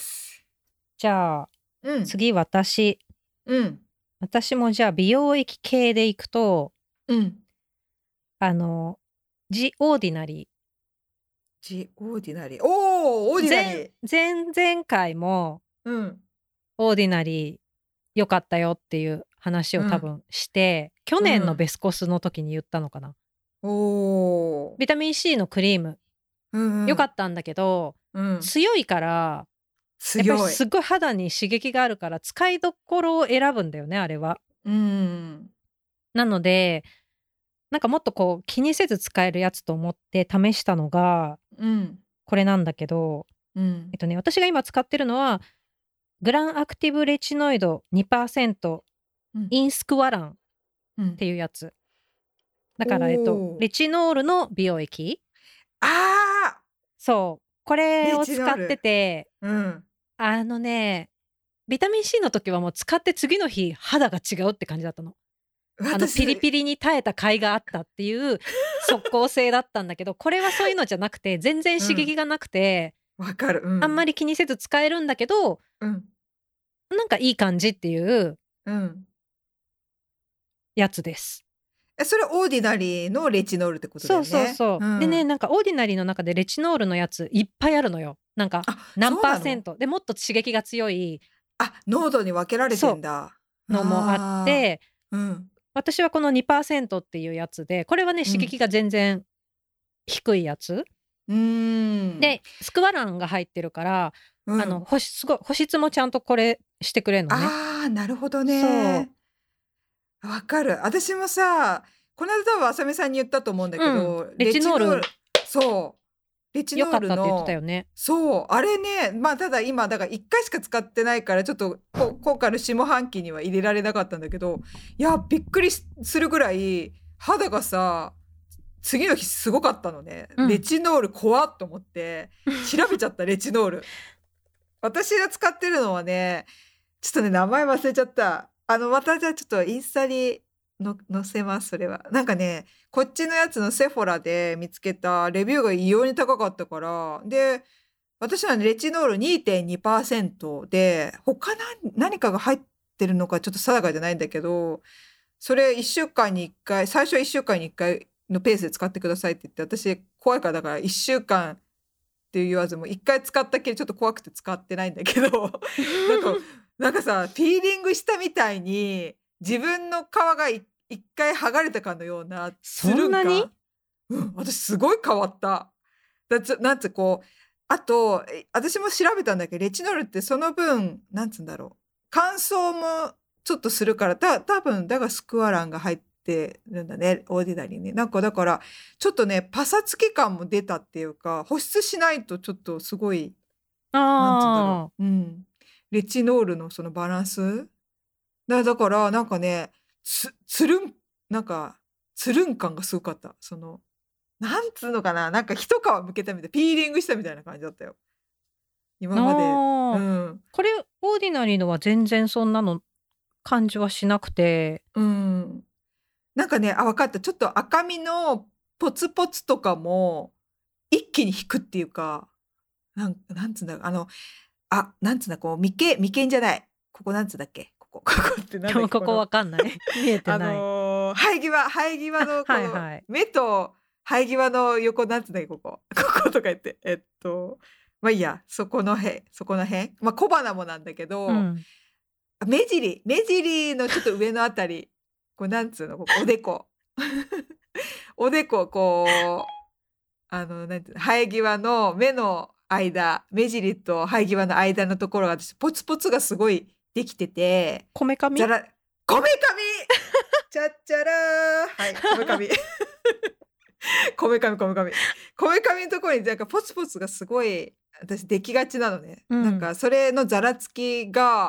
じゃあ、 うん次私。 うん私もじゃあ美容液系でいくと、 うんあの、ジ・オーディナリジオーディナリー、おーオーー。 ディナリー、 前、前々回もうんオーディナリー良かったよっていう話をうん多分して、去年のベスコスの時に言ったのかな。 おービタミン C のクリームうんうん良かったんだけど、 うん強いから、やっぱり強い、 すっごい肌に刺激があるから使いどころを選ぶんだよね、あれは。 うんなので、なんかもっとこう気にせず使えるやつと思って試したのがうんこれなんだけど、 うんえっとね、私が今使ってるのはグランアクティブレチノイド にパーセントうんインスクワランっうんていうやつ。だから、えっと、 おーレチノールの美容液。 あそう。こーレれを使ってチノール、 て、 うんあのね、ビタミン C の時はもう使って次の日肌が違うって感じだったの。あのピリピリに耐えた甲斐があったっていう即効性だったんだけど、これはそういうのじゃなくて全然刺激がなくて、 わかる、うん、 あんまり気にせず使えるんだけど、 うんなんかいい感じっていううんやつです。 えそれオーディナリーのレチノールってことだそうよね。 そうそう。 うん、 でね、なんかオーディナリーの中でレチノールのやついっぱいあるのよ。なんかあ何パそうなの、 ーセントでもっと刺激が強いあ濃度に分けられてんだのもあっあて、 ーうん私はこの にパーセント っていうやつで、これはね刺激が全然低いやつ、 うーんでスクワランが入ってるから、 うんあの保湿すごい保湿もちゃんとこれしてくれるのね。 あーなるほどそうね、わかる。私もさこの間多分あさみさんに言ったと思うんだけど、 うんレチノールそうレチノ良かールったって言ってたのよね。 そうあれね、まあただ今だからいっかいしか使ってないからちょっとこ今回の下半期には入れられなかったんだけど、いやびっくりするぐらい肌がさ次の日すごかったのね、 うんレチノール怖っと思って調べちゃったレチノール。私が使ってるのはねちょっとね名前忘れちゃった。あのまたじゃあちょっとインスタにの載せます。それはなんかねこっちのやつのセフォラで見つけたレビューが異様に高かったから、で私はレチノール にてんにパーセント で他何何かが入ってるのかちょっと定かじゃないんだけど、それいっしゅうかんにいっかい、最初はいっしゅうかんにいっかいのペースで使ってくださいって言って、私怖いからだからいっしゅうかんって言わずもいっかい使ったけどちょっと怖くて使ってないんだけどなんかなんかさピーリングしたみたいに自分の皮がい一回剥がれたかのようなつるんそんなに感、うん、私すごい変わった。だつなんつこうあとえ私も調べたんだけどレチノールってその分なんつうんだろう乾燥もちょっとするからた多分だがスクワランが入ってるんだねオーディナリーに。なんかだからちょっとねパサつき感も出たっていうか保湿しないとちょっとすごいなんつうんだろあう、うん、レチノールのそのバランスだだからなんかねつつるんなんかつるん感がすごかった。そのなんつうのかななんか一皮むけたみたいピーリングしたみたいな感じだったよ今まで。 あーうんこれオーディナリーのは全然そんなの感じはしなくて、 うんなんかねあ分かった、ちょっと赤みのポツポツとかも一気に引くっていうかなんなんつうんだろうあのあなんつうんだこう眉間眉間じゃないここなんつうんだっけここここってなんだっけここわかんない見えてあない、 のー生え際生え際のこはいのはい目と生え際の横なんつうんだっけこここことか言ってえっとまあいいやそこの辺そこの辺まあ小鼻もなんだけど、 うん目尻目尻のちょっと上のあたりこうなんつうのここおでこおでここうあのなんていうの生え際の目の間目尻と生え際の間のところが私ポツポツがすごいできててこめかみざらこめかみちゃっちゃらーはいこめかみこめかみこめかみこめかみのところになんかポツポツがすごい私できがちなのね、 うんなんかそれのざらつきが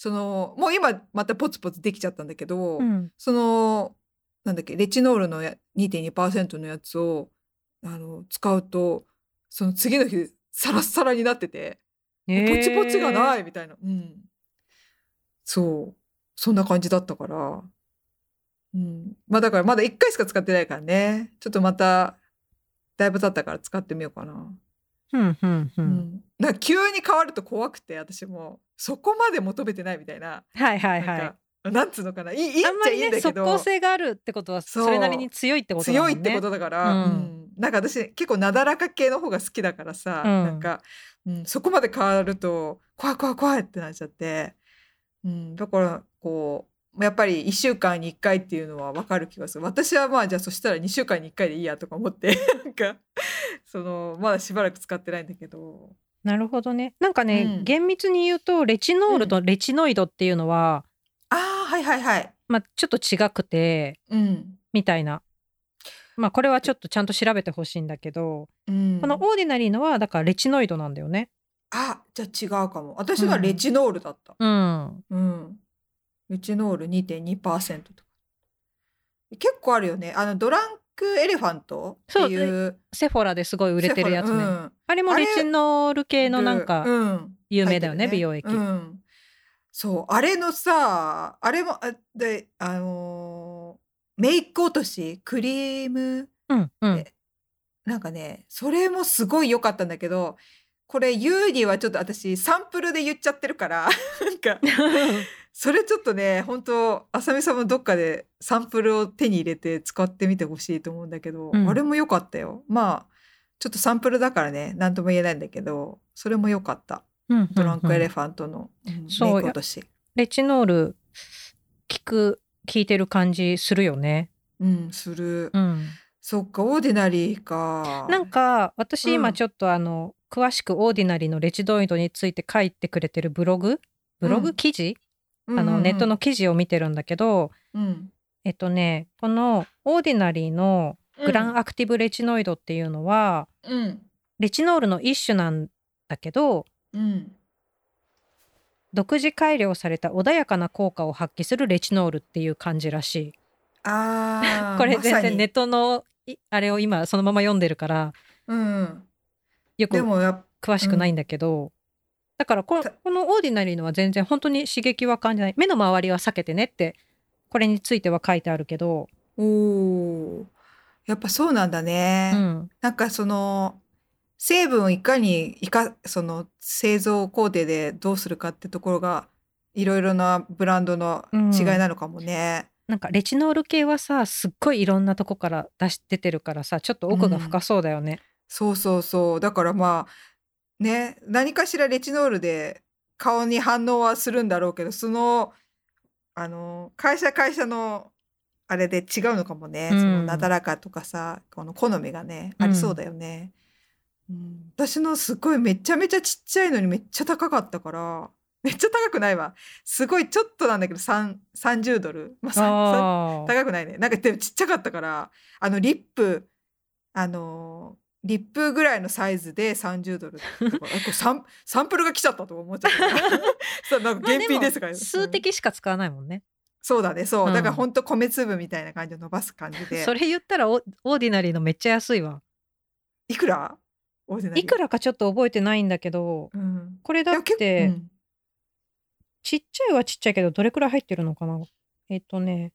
そのもう今またポツポツできちゃったんだけど、 うん、 そのなんだっけレチノールのや にてんにパーセント のやつをあの使うとその次の日サラッサラになってて、もうポチポチがないみたいな、うん、そうそんな感じだったから、うん、まあだからまだいっかいしか使ってないからね、ちょっとまただいぶ経ったから使ってみようかな。 うんうんううんん、なんか急に変わると怖くて、私もそこまで求めてないみたいな、 はいはいはい。 なんかなんつうのかないい、いいっあんまりねちゃいいんだけど、 即効性があるってことはそれなりにそう強いってことだもんね。 強いってことだかうら、うんんなんか私結構なだらか系の方が好きだからさ、 うんなんか、うん、そこまで変わると怖い怖い怖いってなっちゃって、うん、だからこうやっぱりいっしゅうかんにいっかいっていうのは分かる気がする。私はまあじゃあそしたらにしゅうかんにいっかいでいいやとか思ってなんかそのまだしばらく使ってないんだけど、 なるほどね。なんかうね、 ん、 厳密に言うとレチノールとレチノイドっていうのは、 ああはいはいはい、 まあ、ちょっと違くてうんみたいな、まあこれはちょっとちゃんと調べてほしいんだけど、 うこのん、 オーディナリーのはだからレチノイドなんだよね。 あじゃあ違うかも。私はレチノールだった。 うんうん、レチノール にてんにパーセント とか結構あるよね。あのドランクエレファントってそういうセフォラですごい売れてるやつね。 セフォラ、うんあれもレチノール系のなんかうん有名だよね、 入ってる美容液。 うん、そうあれのさあれもあであのーメイク落としクリーム、 うんうんえなんかねそれもすごい良かったんだけど、これ言うにはちょっと私サンプルで言っちゃってるからなんかそれちょっとね本当あさみさんもどっかでサンプルを手に入れて使ってみてほしいと思うんだけど、 うんあれも良かったよ。まあちょっとサンプルだからね何とも言えないんだけど、それも良かった。 うんうんうんドランクエレファントの、うんそうメイク落とし。 レチノール効く効いてる感じするよね。 うんする、 うん、 そっかオーディナリーか。 なんか私うん今ちょっとあの、詳しくオーディナリーのレチノイドについて書いてくれてるブログブログ記事、 うんあのネットの記事を見てるんだけど、 うんえっとねこのオーディナリーのグランアクティブレチノイドっていうのは、 うんレチノールの一種なんだけど、 うん独自改良された穏やかな効果を発揮するレチノールっていう感じらしい。 あーこれまさに全然ネットのいあれを今そのまま読んでるからうんよくでもやっ詳しくないんだけど、だからこたこのオーディナリーのは全然本当に刺激は感じない。目の周りは避けてねってこれについては書いてあるけど、 おーやっぱそうなんだね、 うんなんかその成分をいかにいかその製造工程でどうするかってところがいろいろなブランドの違いなのかもね、 なんかレチノール系はさすっごいいろんなとこから出し出てるからさちょっと奥が深そうだよね。 そうそうそうだからまあね何かしらレチノールで顔に反応はするんだろうけど、そのあの会社会社のあれで違うのかもね、 うんそのなだらかとかさこの好みがねありそうだよね、うん私のすごいめちゃめちゃちっちゃいのにめっちゃ高かったからめっちゃ高くないわすごいちょっとなんだけどさんさんじゅうドル、まあ、さんあー高くないね、なんかでもちっちゃかったからあのリップあのリップぐらいのサイズでさんじゅうドルだからあこれサン、サンプルが来ちゃったと思っちゃったそうなんか現品ですから、 まあでも数滴しか使わないもんね。 そうだねそう、 うんだからほんと米粒みたいな感じで伸ばす感じでそれ言ったらオオーディナリーのめっちゃ安いわ。 いくらオーディナリーいくらかちょっと覚えてないんだけど、 うん、 これだっでも結構て、 うんちっちゃいはちっちゃいけどどれくらい入ってるのかな。えっとね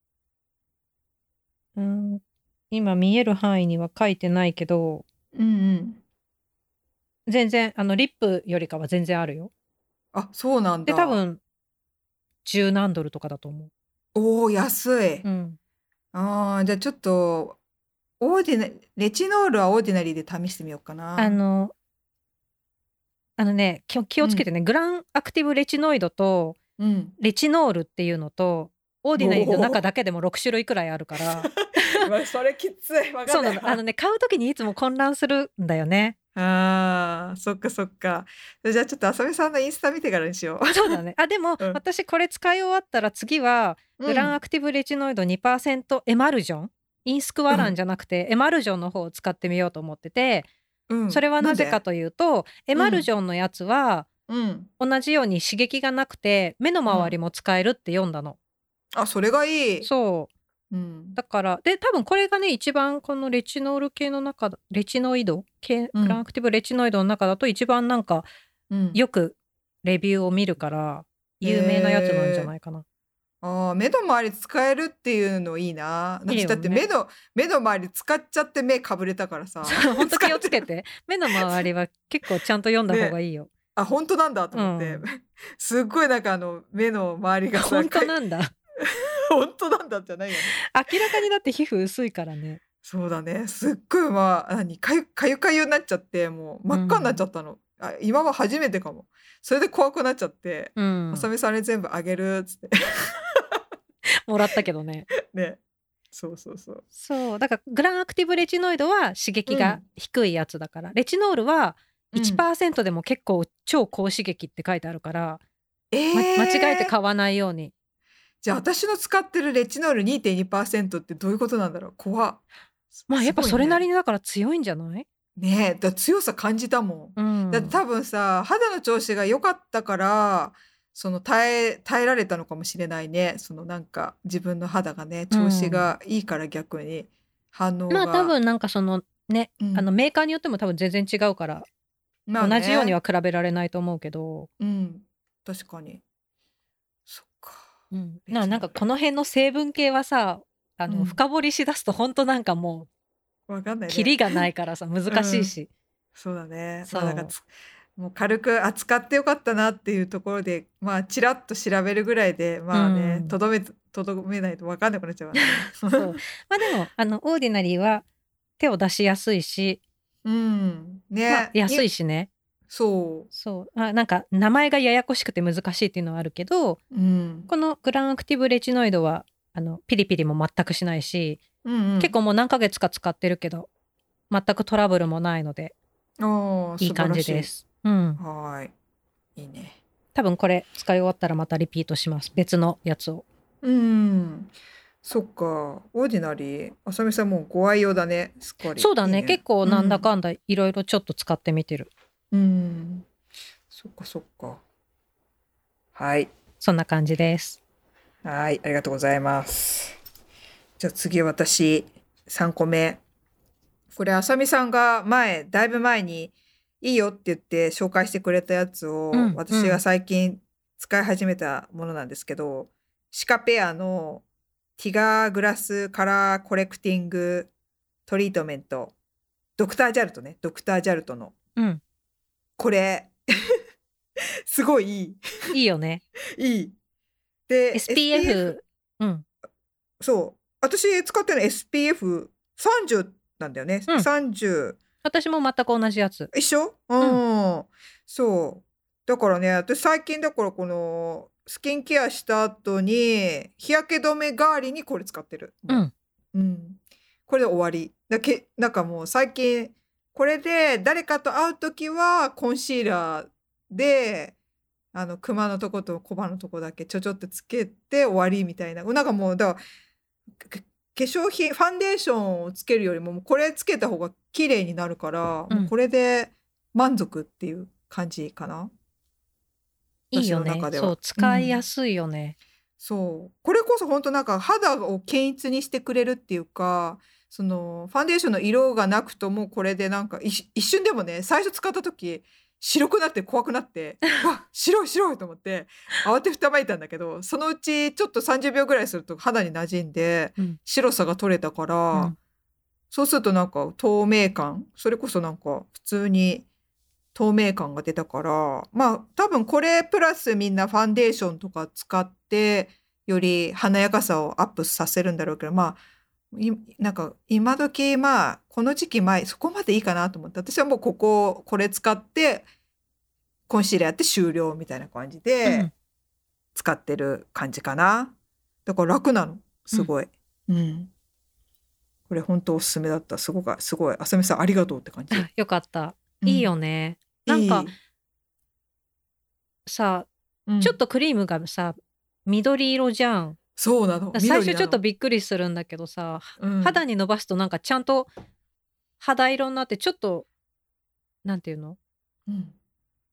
うーん今見える範囲には書いてないけどうんうん全然あのリップよりかは全然あるよ。 あそうなんだで多分十何ドルとかだと思う。 おー安い、 うん、 あーじゃあちょっとオーディナレチノールはオーディナリーで試してみようかな。 あのあのね気を気をつけてね、グランアクティブレチノイドとうんレチノールっていうのとオーディナリーの中だけでもろく種類くらいあるからうわそれきついわかそうんなないのあのね買う時にいつも混乱するんだよね。 あーそっかそっか、じゃあちょっとあさみさんのインスタ見てからにしよそうだね。あでも、 うん私これ使い終わったら次はうグランアクティブレチノイド にパーセント エマルジョンインスクワランじゃなくてエマルジョンの方を使ってみようと思ってて、 うん、 それはなぜかんでというとエマルジョンのやつは、 うん。 同じように刺激がなくて目の周りも使えるって読んだの。 あ、それがいい。 そう。 うん。 だからで多分これがね一番このレチノール系の中レチノイド系、 うんグランアクティブレチノイドの中だと一番なんかうん。 よくレビューを見るから有名なやつなんじゃないかな。 ああ、目の周り使えるっていうのいいな。 いいよね私だって目の目の周り使っちゃって目かぶれたからさ。 本当気をつけ使ってて。目の周りは結構ちゃんと読んだ方がいいよ。 あ、本当なんだと思って。 うんすっごいなんかあの目の周りがさ、 本当かいなんだ。 本当なんだじゃないよね。 明らかにだって皮膚薄いからね。 そうだね。すっごいまあ何かゆかゆかゆになっちゃってもう真っ赤になっちゃったの。あ、今は初めてかも。それで怖くなっちゃって。 うんあさみさんに全部あげるっつってもらったけどね。 ね。そうそうそう。 そうだからグランアクティブレチノイドは刺激が低いやつだから、レチノールは いちパーセント でも結構超高刺激って書いてあるから、 えまー、 間違えて買わないように。 じゃあ私の使ってるレチノール にてんにパーセント ってどういうことなんだろう。怖っ。 まあやっぱそれなりににだから強いんじゃない？ ねえ、だ強さ感じたもん。 うん、 だって多分さ、肌の調子が良かったからその耐え耐えられたのかもしれないね。そのなんか自分の肌がね調子がいいから逆に反応が、 まあ多分なんかそのね、 うんあのメーカーによっても多分全然違うから、 まあね、 同じようには比べられないと思うけど、 うん確かにそっか、 うん、ななんかこの辺の成分系はさあの、 うん深掘りしだすと本当なんかもわかんないうね。 キリがないからさ難しいし、 そうだね。 そうまあ、なんかつもう軽く扱ってよかったなっていうところで、まあちらっと調べるぐらいで、まあねう、んとどめとどめないと分かんなくなっちゃうわね。 そうまあでもあのオーディナリーは手を出しやすいし、 うん、ね、 まあ、安いしね。 そそうあなんか名前がややこしくて難しいっていうのはあるけど、 う、うん、 このグランアクティブレチノイドはあのピリピリも全くしないし、 うんうん、 結構もう何ヶ月か使ってるけど全くトラブルもないのでああいい感じで。す。うん、 素晴らしい。はーい、いいね。 多分これ使い終わったらまたリピートします。別のやつを。 うん、そっか、オーディナリー、あさみさんもうご愛用だね、すっかり。 そうだね、 いい結構なんだかんだいろいろちょっと使ってみてる。 うん、うん、そっかそっか。はい。 そんな感じです。 はい、ありがとうございます。じゃあ次私さんこめ。これあさみさんが前だいぶ前にいいよって言って紹介してくれたやつを、 うん私が最近使い始めたものなんですけど、シカペアのティガーグラスカラーコレクティングトリートメント、ドクタージャルトね、ドクタージャルトのうんこれすごいいいいいよね。 いいでエスピーエフ うんそう私使ってるの エスピーエフさんじゅう なんだよね、 うんさんじゅう私も全く同じやつ。 一緒うん、そうだからね私最近だからこのスキンケアした後に日焼け止め代わりにこれ使ってる。 うんうん、これで終わりだけ。なんかもう最近これで誰かと会う時はコンシーラーであのクマのとことコバのとこだけちょちょってつけて終わりみたいな。なんかもうだからけ化粧品ファンデーションをつけるよりももうこれつけた方が綺麗になるから、 うんもうこれで満足っていう感じかな。 いいよね私の中ではそう使いやすいよね。 そうこれこそ本当なんか肌を均一にしてくれるっていうか、そのファンデーションの色がなくともこれでなんか一一瞬でもね、最初使った時白くなって怖くなってわ白い白いと思って慌てふたまいたんだけど、そのうちちょっとさんじゅうびょうぐらいすると肌に馴染んでうん白さが取れたから、 うんそうするとなんか透明感、それこそなんか普通に透明感が出たから、まあ多分これプラスみんなファンデーションとか使ってより華やかさをアップさせるんだろうけど、まあいなんか今時まあこの時期前そこまでいいかなと思って、私はもうこここれ使ってコンシーラーやって終了みたいな感じうでん使ってる感じかな。だから楽なのすごい。うんこれ本当おすすめだった。すごくすごいあさみさんありがとうって感じ。 あよかった。 うんいいよね。なんかいいさうんちょっとクリームがさ緑色じゃん。 そうなの。 最初ちょっと緑びっくりするんだけどさ、 なのうん肌に伸ばすとなんかちゃんと肌色になってちょっとなんていうのうん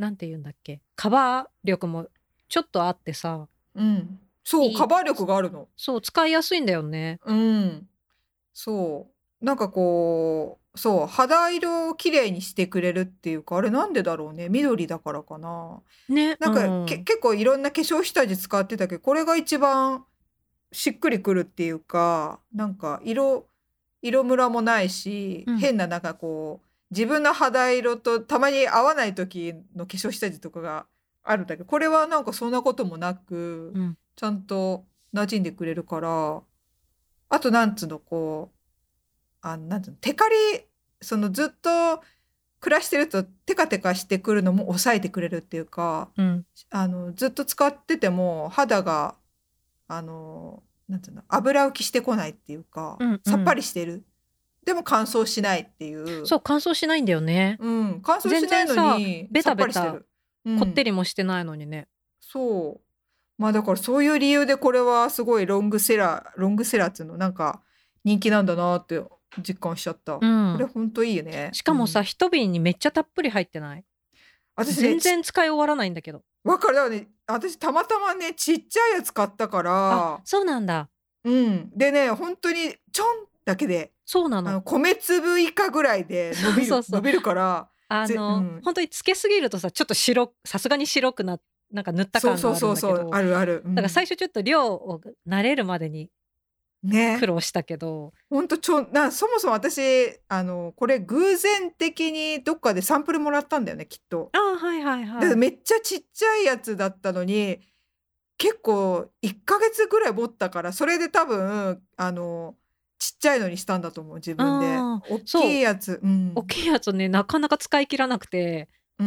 なんて言うんだっけ、カバー力もちょっとあってさ、 うん、そいういカバー力があるの。 そう使いやすいんだよね。 うんそうなんかこうそう肌色をきれいにしてくれるっていうか、あれなんでだろうね、緑だからかな。 ね、 なんかけうん。 結構いろんな化粧下地使ってたけど、これが一番しっくりくるっていうか、なんか色色ムラもないし、 うん。 変ななんかこう自分の肌色とたまに合わない時の化粧下地とかがあるんだけど、これはなんかそんなこともなくうん。 ちゃんと馴染んでくれるから、あとなんつうのこうあなんつうのテカリ、そのずっと暮らしてるとテカテカしてくるのも抑えてくれるっていうか、 うん。 あのずっと使ってても肌があのなんていうの油浮きしてこないっていうか、 うん。うさっぱん。 りしてる。でも乾燥しないっていう。 そう乾燥しないんだよね。 うん乾燥全しないの然さ、ベにさっぱタベタりしてる。うこってんりもしてないのにね。 そうまあだからそういう理由でこれはすごいロングセラーロングセラーっていうのなんか人気なんだなって実感しちゃった。 うこれん。 ほんといいよね。 しかもさ、 うん、 一瓶にめっちゃたっぷり入ってない？ 私ねち全然使い終わらないんだけど。 わかるだからね私たまたまねちっちゃいやつ買ったかあ、 ら、 そうなんだ。 うんでね本当にちょんだけでそうなの。 あの米粒以下ぐらいで伸びるそうそうそう。 伸びるからぜ、うあの、 ん、 本当につけすぎるとさ、ちょっと白さすがに白くななんか塗ったそうそう感があるそうそうんだけど、 あるある、うだから最ん、 初ちょっと量を慣れるまでに苦ね労したけど。 ほんとちょなそもそも私あのこれ偶然的にどっかでサンプルもらったんだよねきっと。 ああ、はいはいはい。 でめっちゃちっちゃいやつだったのに結構いっかげつぐらい持ったから、それで多分あのちっちゃいのにしたんだと思う自分で。 ああ、 大きそう、 いやつ、う大ん、 きいやつね、なかなか使い切らなくて、 うん。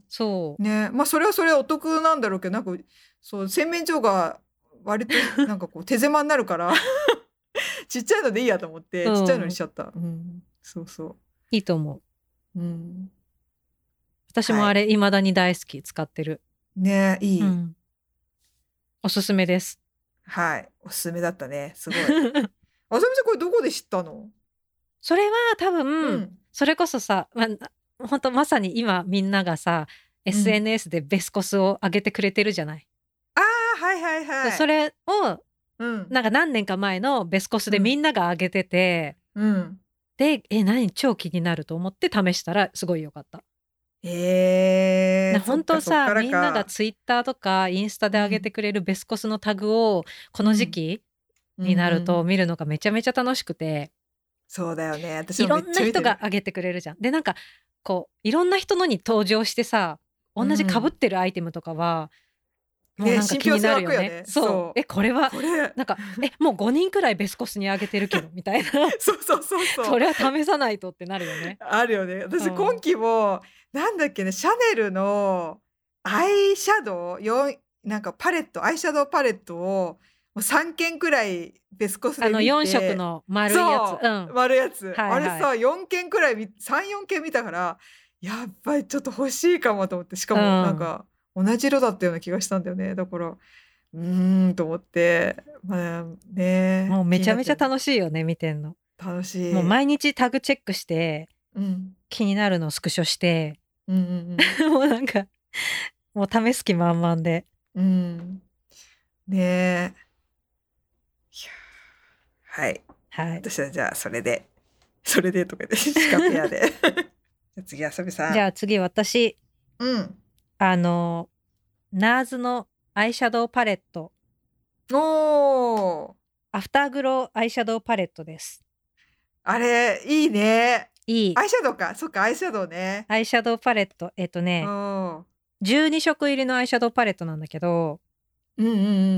そう。 ね、ま、それはそれでお得なんだろうけど、なんかそう洗面所が割となんかこう手狭になるからちっちゃいのでいいやと思っうてちっちゃいのにしん、 ちゃった。うん、そうそいいと思う。 う。うん。 私もはい。 あれ未だに大好き、使ってる。 ね、いい。 うん。おすすめです。 はい、おすすめだったね、すごい。あさみさんこれどこで知ったの？ それは多う分、 ん、 それこそさ、ま、ほんとまさに今みんながさ、 うん。 エスエヌエス でベスコスを上げてくれてるじゃない。 ああ、はいはいそう、 はい。 それをうん、 なんか何年か前のベスコスうん、 でみんなが上げてて、 うん。 で、え、何超気になると思って試したらすごい良かった。な、 へえ、そ本っかそっか当さ、みんながらか。 ツイッターとかインスタで上げてうん、 くれるベスコスのタグをこの時うん、 期うんうになるとん。 見るのがめちゃめちゃ楽しくて、 そうだよね。私もめっいろんなちゃ見てる。 人が上げてくれるじゃん。で、なんかこういろんな人のに登場してさ、同うじ被っん。 てるアイテムとかは、もうね、 なんか気に信憑性なるよね。 湧くよね。 そう。 そう。 え、これはこれなんか、え、もうごにんくらいベスコスに上げてるけどみたいな。 そうそうそうそう。 それは試さないとってなるよね。 あるよね。私今うん。 期も、なんだっけね、シャネルのアイシャドウ、よんなんかパレット、アイシャドウパレットをもうさんけんくらいベスコスあので見よん色て、 の丸いやつ。うそん。 う、丸いやつ。 はいはい。 あれさ、よんけんくらいみさん、よんけん見たから、やっぱりちょっと欲しいかもと思って、しかうもなんん。 か同じ色だったような気がしたんだよね。だから、うーんと思って、まあ、ね、 もうめちゃめちゃ気になってる。 楽しいよね、見てんの。 楽しもうい。 毎日タグチェックして、 うん。 気になるのをスクショして、 うんうんもうなんか、もう試す気満々で。 うん。うん。ねえ。いや、はい。 はい。 私はじゃあそれで、それでとかでシカペアで。じゃあ次あさみさん。 じゃあ次私、 うん。 あの、ナーズのアイシャドウパレット、 おお。 アフターグローアイシャドウパレットです。 あれ、いいね。 いい。 アイシャドウか。そっか、アイシャドウね。 アイシャドウパレット、えっとおね、 お。 じゅうに色入りのアイシャドウパレットなんだけど、 うんうんうん。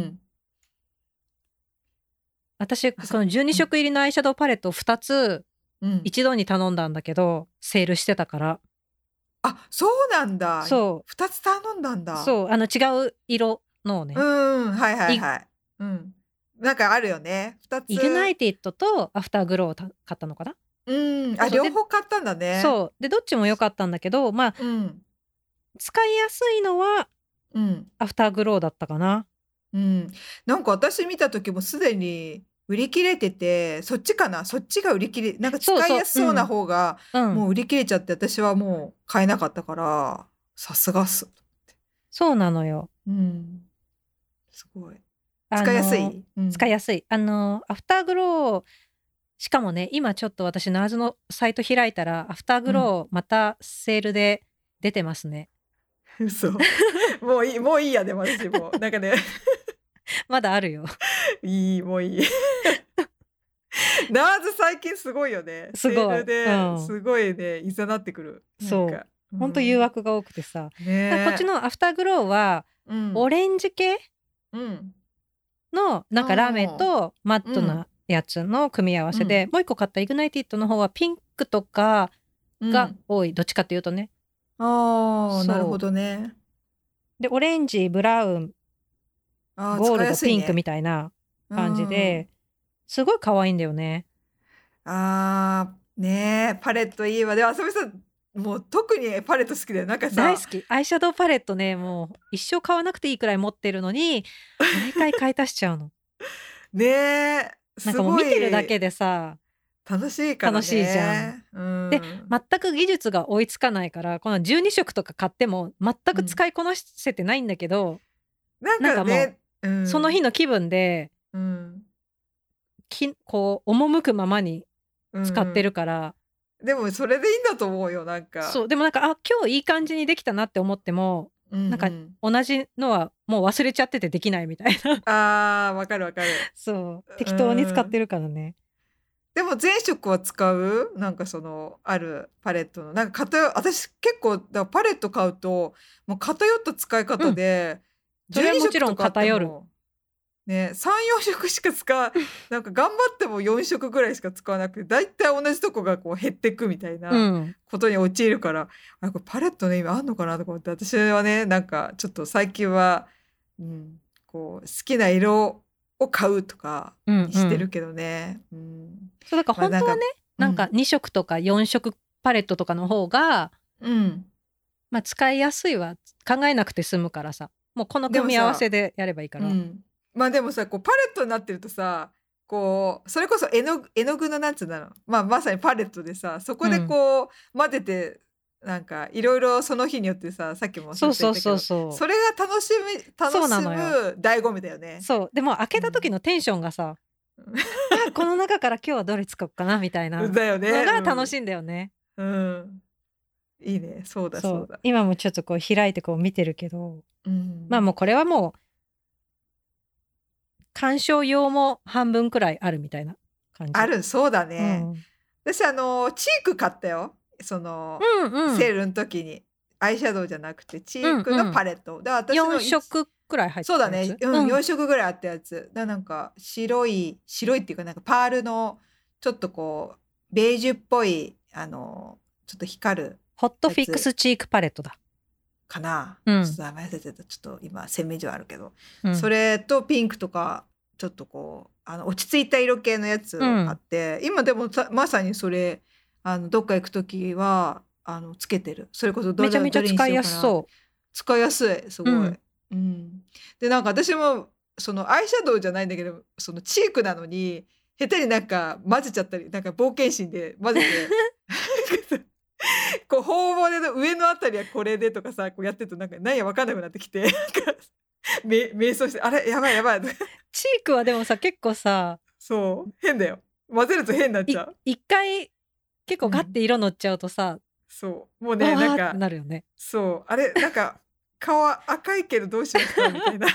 私、こあさのじゅうにうん。 色入りのアイシャドウパレットをふたつうん。 一度に頼んだんだけど、セールしてたから。 あ、そうなんだ。 そふたつ頼んだんう、 だ。 そう、あの違う色のをうね、 んん、はいはいイはい。うん。なんかあるよね。2 イグナつ。 イティッドとアフターグローをた買ったのかな。 うん、あ、 そうそう。 両で、 方買ったんだね。 そう。で、どっちも良かったんだけど、まあ、 うん。 使いやすいのはうん。 アフターグローだったかな。 うん。なんか私見た時もすでに売り切れてて、そっちかな、そっちが売り切れなんか使いそうそう、 やすそうなうん、 方がうん。 もう売り切れちゃって、私はもう買えなかったから、 さすがっす。 そうなのよ。 うん。すごい。使いやすい、うん、 使いやすい。あの、アフターグロー、しかもね、今ちょっと私、ナーズのサイト開いたら、アフターグローまたセールで出てますね。 うん、嘘。もういい、もういいや、でも私も。なんかね。 まだあるよ。 いい、もういい。ナーズ最近すごいよね。 すごい。 セールですごいね、いざなってくる。 そう。ほんと誘惑が多くてさ。 ね、 こっちのアフターグローは、うん、オレンジ系、うん、のなんかラメとマットなやつの組み合わせで、うん、もう一個買ったイグナイティッドの方はピンクとかが多い、うん、どっちかっていうとね。 ああ、なるほどね。 でオレンジ、ブラウン、ゴールド、ピンクみたいな感じで、すごい可愛いんだよね。 あーねー、パレットいいわ。でもあさみさんもう特にパレット好きだよ。なんかさ、 大好き。アイシャドウパレットね、もう一生買わなくていいくらい持ってるのに毎回買い足しちゃうの。 ねえ、 なんかもう見てるだけでさ楽しいからね。 楽しいじゃん。うん、で全く技術が追いつかないから、このじゅうにしょくとか買っても全く使いこなせてないんだけど、 うん、なんかね、 もう、うん、その日の気分で、うん、きこう赴くままに使ってるから、 うん、でもそれでいいんだと思うよ。なんかそうでもなんかあ今日いい感じにできたなって思っても、うんうん、なんか同じのはもう忘れちゃっててできないみたいな。 あー、わかるわかる。 そう適当に使ってるからね。 でも全色は使う？なんかそのあるパレットのなんか偏私結構だパレット買うともう偏った使い方で、 うん、それはもちろん偏る。 ね、さん、よんしょくしか使うなんか頑張ってもよんしょくぐらいしか使わなくてだいたい同じとこがこう減ってくみたいなことに陥るから、うん、あこれパレットの意味あんのかなとか思って、私はねなんかちょっと最近は、うん、こう好きな色を買うとかにしてるけどね。うん、うん、 そうだから本当はね、まあ、なんかにしょくとかよんしょくパレットとかの方が、うんまあ、使いやすいは考えなくて済むからさ、もうこの組み合わせでやればいいから。 まあでもさこうパレットになってるとさこうそれこそ絵の絵の具のなんつうんだろう、まあ、まさにパレットでさそこでこう、うん、混ぜてなんかいろいろその日によってささっきもそうそうそうそうそれが楽しみ楽しむ醍醐味だよね。 そうでも開けた時のテンションがさ、うん、あこの中から今日はどれ使おうかなみたいなのが楽しいんだよね。 うん、うん、いいね。そうだそうだ。 今もちょっとこう開いてこう見てるけど、うん、まあもうこれはもう鑑賞用も半分くらいあるみたいな感じ。 あるそうだね。うん、私あのチーク買ったよ。その、うんうん、セールの時にアイシャドウじゃなくてチークのパレット、うんうん、で私のよんしょくくらい入ってるやつ。そうだね、うんうん、よんしょくぐらいあったやつだ。なんか白い白いっていうかなんかパールのちょっとこうベージュっぽいあのちょっと光るホットフィックスチークパレットだかな、うん、ちょっと名前忘れてた。ちょっと今鮮明上あるけど、うん、それとピンクとかちょっとこうあの落ち着いた色系のやつを買って、うん、今でもまさにそれあのどっか行く時はあのつけてる。それこそどれめちゃめちゃ使いやすそう。 使いやすいすごい、うんうん、でなんか私もそのアイシャドウじゃないんだけどそのチークなのに下手になんか混ぜちゃったりなんか冒険心で混ぜてこう頬骨の上のあたりはこれでとかさこうやってるとなんか何や分かんなくなってきてなんか瞑想してあれやばいやばいチークはでもさ結構さそう変だよ。混ぜると変になっちゃう。 一回結構ガッて色乗っちゃうとさ、うん、 そうもうねなんかなるよね。 そうあれなんか顔赤いけどどうしようかみたいな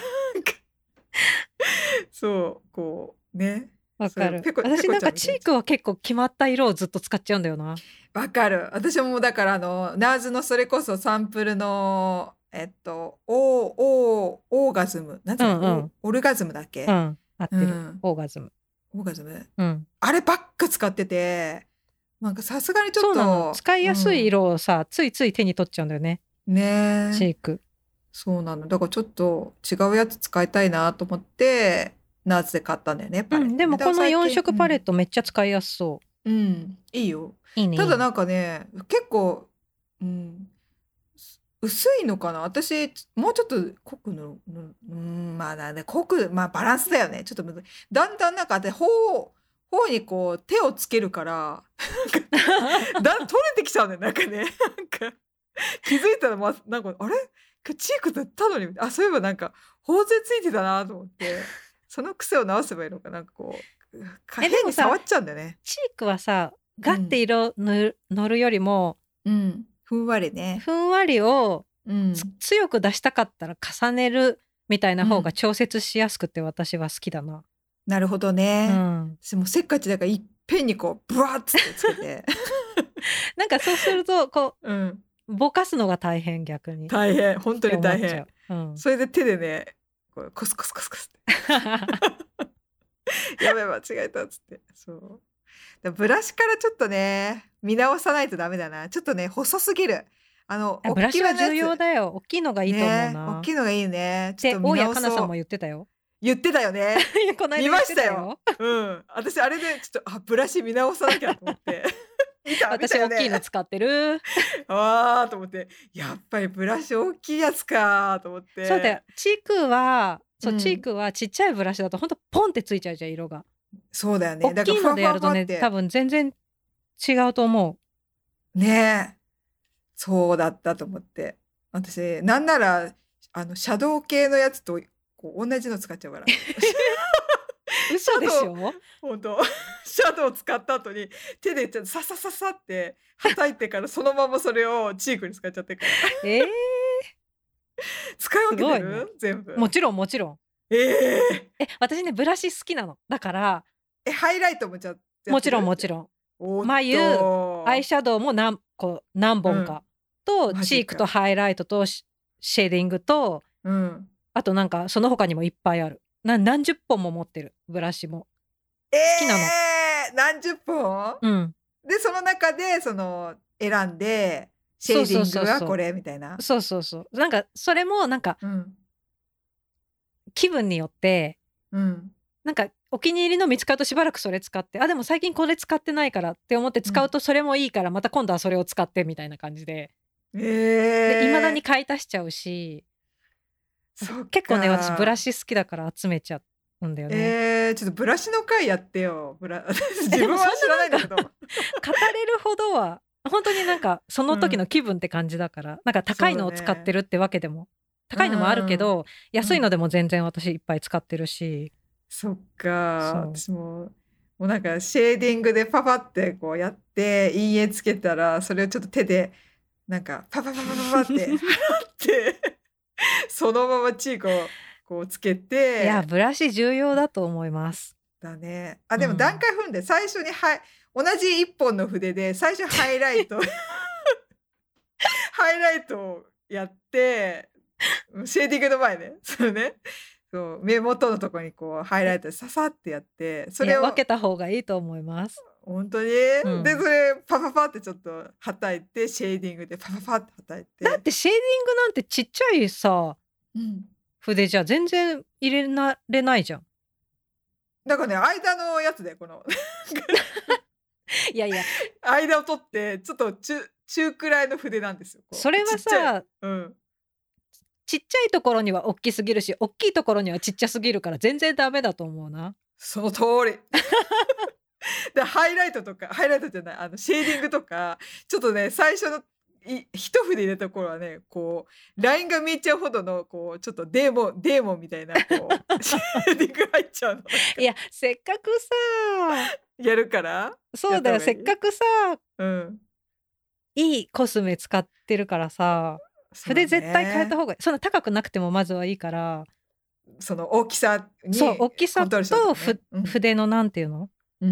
そうこうねわかる。私なんかチークは結構決まった色をずっと使っちゃうんだよな。 わかる。私もだからあのナーズのそれこそサンプルのえっとオーオーオーガズムなんていうの、うんうん、オルガズムだっけ、うん、 合ってる、うん、オーガズムオーガズム、うん、あればっか使っててなんかさすがにちょっとそうなの使いやすい色をさ、うん、ついつい手に取っちゃうんだよね。 ねチークそうなのだからちょっと違うやつ使いたいなと思ってナーズで買ったんだよねパレット、 うん、でもこのよんしょくパレットめっちゃ使いやすそう。 うん、うん、いいよ。 いいね。 ただなんかね結構、うん、薄いのかな。私もうちょっと濃くの、うん、まあだね濃くまあバランスだよね。ちょっとだんだんなんかで頬頬にこう手をつけるからだん取れてきちゃうねなんかねなんか気づいたら、ま、なんかあれ今日チーク塗ったのに、あ、そういえばなんか頬杖ついてたなと思って、その癖を直せばいいのかなんかこう、かえでもさ変に触っちゃうんだよね。 チークはさうガッてん。 色塗塗るよりもうん、ふんわりね。 ふんわりをうつん。 強く出したかったら重ねるみたいなう方がん。 調節しやすくて私は好きだな。 なるほどうね。 ん。 私もうせっかちだからいっぺんにこうブワーッつってつけて。 なんかそうするとこうん。 うぼかすのが大変逆にっ大変、ほんとてに大変。 思っちゃう。うん。 それで手でね、こうコスコスコスコスって。やべえ間違えたっつって。そう。でブラシからちょっとね、見直さないとダメだな。ちょっとね、細すぎる。あの、 あ、 おっブラシはきめのやつ。 重要だよ。大きいのがいいと思うね、おっな。 きいのがいいね。ちょっで、 と見大谷直そう。 かなさんも言ってたよ。 言ってたよね。 こない見まだ言ってしたよ。 たよ。 うん。私あれでちょっと、あ、ブラシ見直さなきゃと思って。見た見私たよね。 大きいの使ってる。 ああと思って、やっぱりブラシ大きいやつかと思っそうだよ。 て。 チークは、そう、チーうん。 クはちっちゃいブラシだとほんとポンってついちゃうじゃん、色が。 そうだよね。 おっきいのだからファファでやるとね、 ファって。 多分全然違うと思う。 ね。そうだったと思って。私、なんなら、あのシャドウ系のやつとこう同じの使っちゃうから。シ嘘でしャドウ、 ょ？ ほんと。シャドウ使った後に手でちょっとササササって叩いてからそのままそれをチークに使っちゃってるから。 ええ。 使い分けてすごいね。 る？全部。 もちろんもちろん。 ええ。 え、私ね、ブラシ好きなの。だからえ、ハイライトもじゃやっもちろんてる？ もちろん。 おっ眉、アイと。 シャドウもなんこう何うん。 本かと、 マジチークとか。 ハイライトとシシェーディングと、 うん。 あとなんかその他にもいっぱいある。な何十本も持ってる、ブラシも。 え好きなの。 え！何十本？ うん。 で、その中でその選んで、シェそうそうーディングそうそはこれみたいな。 う。そうそうそう。なんかそれもなんかうん。 気分によって、 うん。 なんかお気に入りの見つかるとしばらくそれ使って、あ、でも最近これ使ってないからって思ってうん。 使うとそれもいいから、また今度はそれを使ってみたいな感じで。 えで、未だにえ。 買い足しちゃうし、なんかそっ結構ね、私ブラか。 シ好きだから集めちゃうんだよね。 ええ、ちょっとブラシの回やってよ。ブラえ、でもそん自分は知らないんだけど。 ななんか語れるほどは、ほんとになんかその時のうん。 気分って感じだから、なんか高そうだいのを使ってね。 るってわけでもう高いのもあるけん。 ど、 うん。 安いのでも全然私いっぱい使ってるし。 そっか。 そう。 私も、もうなんかシェーディングでパパってこうやって、陰影つけたら、それをちょっと手で、なんかパパパパパパって払って、そのままチークをこうつけいや、 て。 ブラシ重要だと思います。 だね。あ、 うでも段ん。 階踏んで、最初にはい同じいっぽんの筆で最初ハイライトハイライトをやって、うん、シェーディングの前ね。そうね。そう、目元のとこにこうハイラえイトでササってやって、そいや、分れをけた方がいいと思います。 ほんとに？で、 うん。 それパパパってちょっと叩いて、シェーディングでパパパって叩いて。 だってシェーディングなんてちっちゃいさうん。 筆じゃ全然入れなれないじゃん。 だからね、間のやつで、このいやいや。 間を取って、ちょっとちゅ中くらいの筆なんですよ。こう、 それはちっちゃいさうん。 ちっちゃいところにはおっきすぎるし、おっきいところにはちっちゃすぎるから全然ダメだと思うな。 その通り。で、ハイライトとかハイライトじゃない、あのシェーディングとか、ちょっとね、最初のい一筆入れた頃はね、こうラインが見えちゃうほどのこうちょっとデーモンデーモンみたいなこうシェーディング入っちゃうの。なんかいや、せっかくさやるから？ そうだよ、 やった方がいい？ せっかくさうん。 いいコスメ使ってるからさ、 そう筆絶対変えたね。 方がそんな高くなくてもまずはいいから。 その大きさそう、 におっきさコントロールしろってことね。 とふうん。 筆のなんていうの？ うんうん。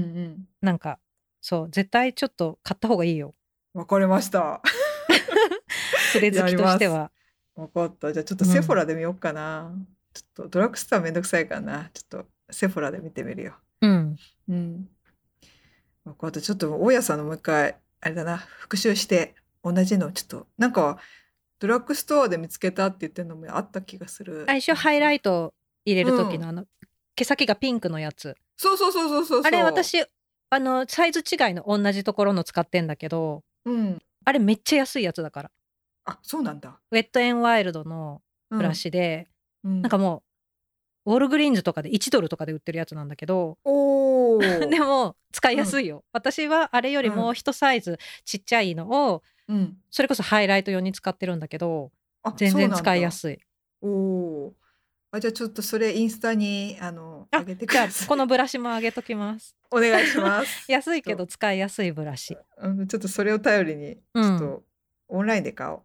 なんか、そう、絶対ちょっと買った方がいいよ。 分かりました。 筆好きやります。 としては。 分かった。じゃあちょっとセフォうん。 ラで見よっかな。ちょっとドラッグストアめんどくさいからな。ちょっとセフォラで見てみるよ。 うん。 うん。分かった。ちょっと大家さんのもう一回あれだな、復習して、同じのをちょっと、なんかドラッグストアで見つけたって言ってんのもあった気がする。 あ、一緒なんハイラか。 イト入れる時うん。 のあの毛先がピンクのやつ。 そうそうそうそうそうあれそう。 私、あのサイズ違いの同じところの使ってんだけど、 うん。 あれめっちゃ安いやつだから。 あ、そうなんだ。 ウェットエンワイルドのブラうん。 シで、 うん。 なんかもうウォールグリーンズとかでいちドルとかで売ってるやつなんだけど、 おでお。 も使いうん。 やすいよ。私はあれよりうん。 も一サイズちっちゃいのをうん。 それこそハイライト用に使ってるんだけど、 あ、 全然そうなんだ。 使いやすい。 おお。あ、じゃあちょっとそれインスタにあのあ、 上げてくじゃあださい。 このブラシもあげときます。 お願いします。 安いけちょっと、 ど使いやすいブラシ。 うん、ちょっとそれを頼りに、 うん。 ちょっとオンラインで買おう。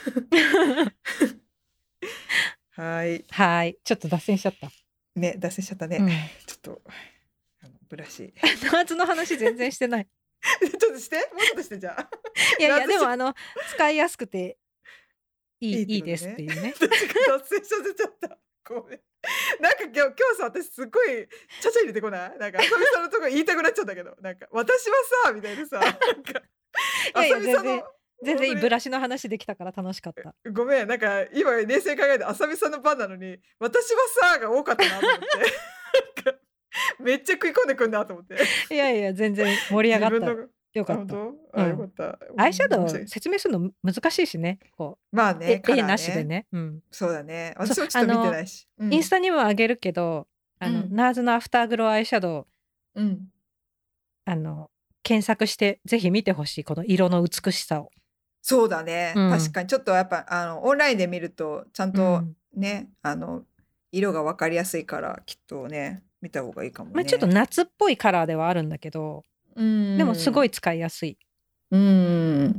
はい。 はい。ちょっと脱線しちゃった。 ね、脱線しちゃったね。 うん。 ちょっと、あのブラシ。 ナーツの話全然してない。 ちょっとして、もうちょっとしてじゃあ。 いやいや、 ナーツしでもあの、使いやすくていい、 いいっていいことね。 ですっていうね。 私が脱線させちゃった。ごめん。なんか今日、今日さ、私すっごいちゃちゃ入れてこない？なんか、あさみさんのとこ言いたくなっちゃうんだけど、なんか、私はさ、みたいなさ、なんか、 いやいや、 あさみさんの、 全然、全然いい。 本当にブラシの話できたから楽しかった。 ごめん、なんか今冷静に考えてあさみさんの番なのに、私はさが多かったなと思って。なんかめっちゃ食い込んでくんなと思って。 いやいや、全然盛り上がった。 自分の、あ、 よかった。 本当？ うあ、よかん。 った。 アイシャドウうん申し訳説明するの難しいしね。こう、 まあね、 え、 カ絵ラーね。 なしでね。うん。 そうだね。 そう、 私もちょっと見てあの、 ないし。うん。 インスタにもあげるけど、あの、 うん。 ナーズのアフターグローアイシャドウ、 うん。 あの、検索してぜひ見てほしい。この色の美しさを。 そうだうね。確ん。 かにちょっとやっぱあのオンラインで見るとちゃんうとん。 ね、あの色がわかりやすいからきっとね、見た方がいいかもまあちょっとね。 夏っぽいカラーではあるんだけど、 うでもすごん。 い使いやすい。 うん。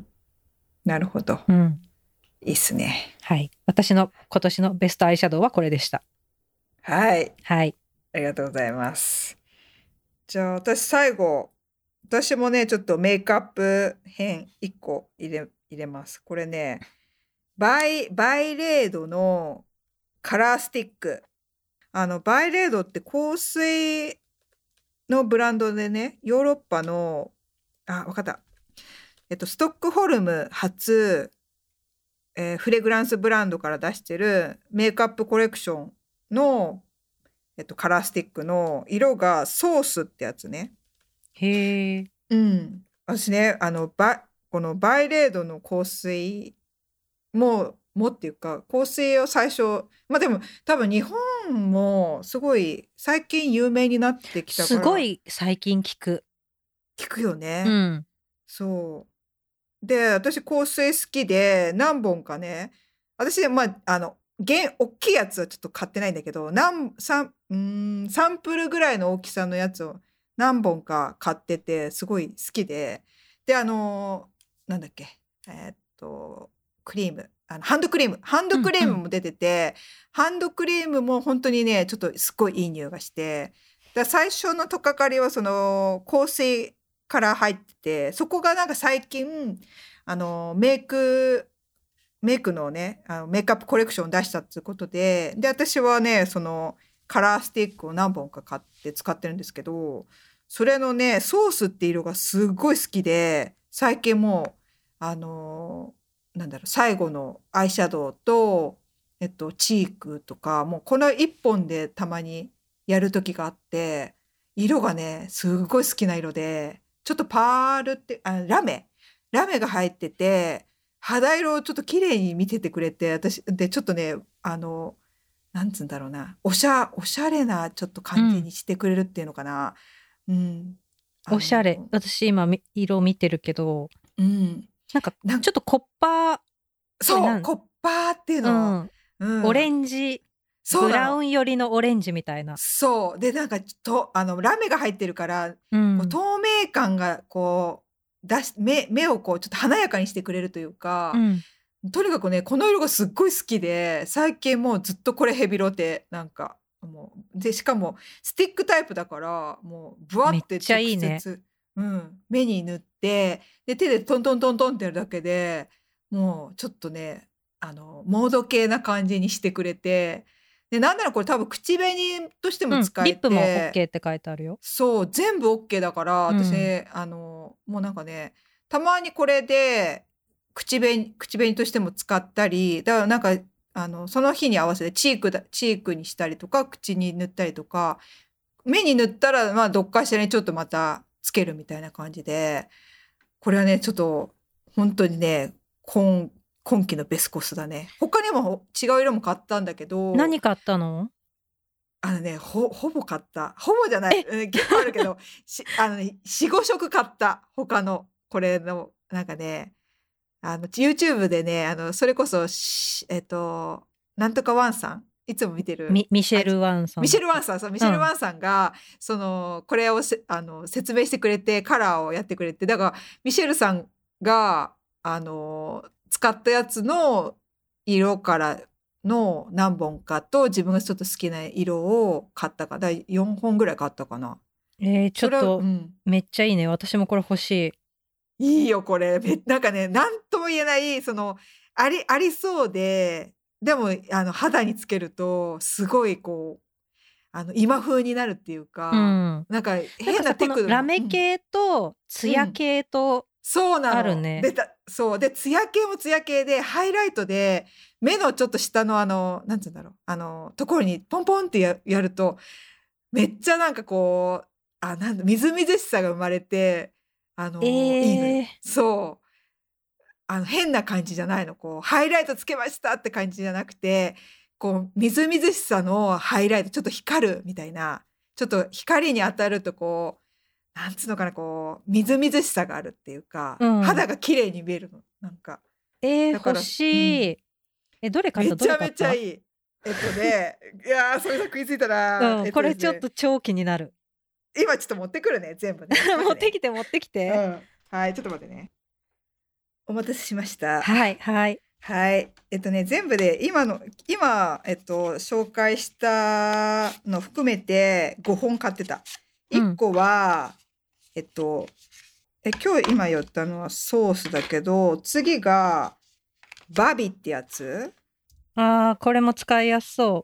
なるほど。 うん。 いいっすね。 はい。私の今年のベストアイシャドウはこれでした。 はい。 はい。 ありがとうございます。じゃあ私最後、私もね、ちょっとメイクアップ編いっこ入れ、入れます。これね、バイ、バイレードのカラースティック。あの、バイレードって香水のブランドでね、ヨーロッパの、あ、わかった。えっと、ストックホルム初、えーフレグランスブランドから出してるメイクアップコレクションの、えっと、カラースティックの色がソースってやつね。 へえ。 うん。私ね、あの、バ、このバイレードの香水も、もっていうか、香水を最初、まあでも多分日本もすごい最近有名になってきたすごからい最近聞く。 聞くようね。 ん。 そう。で、私香水好きで何本かね、私、まあ、あの、現、大きいやつはちょっと買ってないんだけど、何、サン、うーん、サンプルぐらいの大きさのやつを何本か買ってて、すごい好きで、で、あの、なんだっけ、えーっと、クリーム、あの、ハンドクリーム、ハンドクリーうんうん。 ムも出てて、ハンドクリームも本当にね、ちょっとすっごいいい匂いがして、だ最初の取っかかりはその香水から入ってて、そこがなんか最近、あの、メイク、メイクのね、あのメイクアップコレクションを出したっていうことで、で、私はね、そのカラースティックを何本か買って使ってるんですけど、それのね、ソースって色がすごい好きで、最近もう、あの、なんだろう、最後のアイシャドウと、えっと、チークとか、もうこの一本でたまにやる時があって、色がね、すごい好きな色で、ちょっとパールって、あ、ラメ、ラメが入ってて、肌色をちょっと綺麗に見ててくれて、私、で、ちょっとね、あの、なんつうんだろうな、おしゃ、おしゃれなちょっとう感じん。 にしてくれるっていうのかな。うん。あおしゃれ。 の、 私今み色見てるけど、 うん。 なんかなん、 ちょっとコッパーっぽい、 そう、 なん、 コッパーっていううの。 ん。 うオレん。 ンジ、ブそうなの。 ラウン寄りのオレンジみたいな。 そう。で、なんか、と、あの、ラメが入ってるから、 うこう、 ん。 透明感が、こう、出し、目、目をこう、ちょっと華やかにしてくれるといううか、 ん。 とにかくね、この色がすっごい好きで、最近もうずっとこれヘビロテ、なんか、もう、で、しかも、スティックタイプだから、もう、ブワめっちゃって直いいね。 接、うん、目に塗って、で、手でトントントントンってやるだけで、もう、ちょっとね、あの、モード系な感じにしてくれて、で、なんならこれ多分口紅としてうん。 も使えリップもて、 OK って書いてあるよ。 そう、全部 OK だから、 うん。 私、あの、もうなんかね、たまにこれで、口紅、口紅としても使ったり、だからなんか、あの、その日に合わせてチークだ、チークにしたりとか、口に塗ったりとか、目に塗ったら、まあ、どっかしらにちょっとまたつけるみたいな感じで、これはね、ちょっと、本当にね、今、今期のベスコスだね。他にも違う色も買ったんだけど、 何買ったの？ あのね、ほ、ほぼ買った。ほぼじゃない。 え、 うん、結構あるけど、し、あのね、よん、ごしょく買った。他の、これの、なんかね、 あの YouTube でね、あのそれこそえっとなんとかワンさんいつも見てるミミシェル・ワンさん。 ミシェル・ワンさんそうミシェル・ワンさんが、うん、そのこれをせあの説明してくれてカラーをやってくれて、だからミシェルさんがあの使ったやつの色からの何本かと自分がちょっと好きな色を買ったかだよんほんぐらい買ったかな。 えー、ちょっと、うん、めっちゃいいね。私もこれ欲しい。いいよこれ。なんかね何とも言えないそのありありそうで。でもあの肌につけるとすごいこうあの今風になるっていうか、うん、なんか変なテクノラメ系とツヤ系と、うん、 そうなのあるね。でそうでツヤ系もツヤ系でハイライトで目のちょっと下のあのなんつうんだろうあのところにポンポンって や, やるとめっちゃなんかこうあなんだみずみずしさが生まれてあの、えー、いいのよ。そうあの変な感じじゃないの。こうハイライトつけましたって感じじゃなくて、こうみずみずしさのハイライトちょっと光るみたいな、ちょっと光に当たるとこうなんつうのかなこうみずみずしさがあるっていうか、うん、肌が綺麗に見えるのなんか。 えー、だから欲しい、うん、えどれ買った？ めちゃめちゃいい。えっとねいやーそれさ食いついたら、 うんえっとね、これちょっと超気になる。 今ちょっと持ってくるね全部ね。 持ってきて持ってきて、 うん、はいちょっと待ってね。お待たせしました。 はいはいはいえっとね全部で今の今えっと紹介したの含めてごほん買ってた。いっこは、うん、えっとえ今日今言ったのはソースだけど、次がバビってやつ。 あーこれも使いやすそう。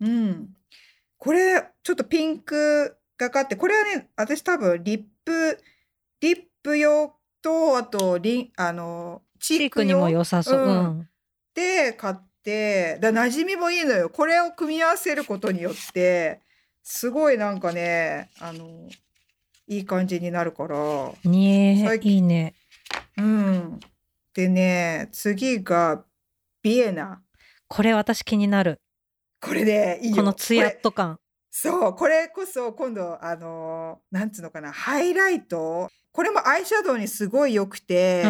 うんこれちょっとピンクがかって、これはね私多分リップリップ用とあとリあのチークにも良さそう、うんうん、で買ってだ馴染みもいいのよ。これを組み合わせることによってすごいなんかねあのいい感じになるからねいいね。 うんでね次がビエナ。 これ私気になる。 これでいいよ。 このツヤっと感。 そうこれこそ今度あのなんつうのかなハイライト。これもアイシャドウにすごい良くて、うん、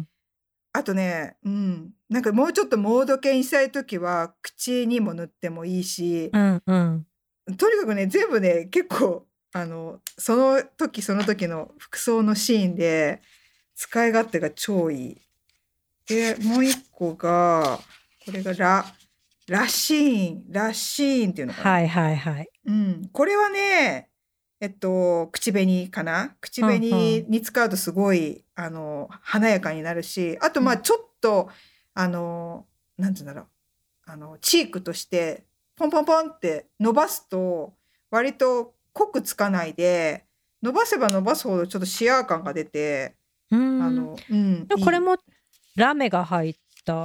あとね、うん、なんかもうちょっとモード系にしたい時は口にも塗ってもいいし、 うんうん、 とにかくね全部ね結構あのその時その時の服装のシーンで使い勝手が超いい。でもう一個がこれがララシーンラシーンっていうのかな。 はいはいはい、 うん、これはねえっと口紅かな。口紅に使うとすごい、うんうん、あの華やかになるし、あとまあちょっと、うん、あのなんていうんだろうあのチークとしてポンポンポンって伸ばすと割と濃くつかないで伸ばせば伸ばすほどちょっとシアー感が出て、 うん、あの、うん、これもラメが入った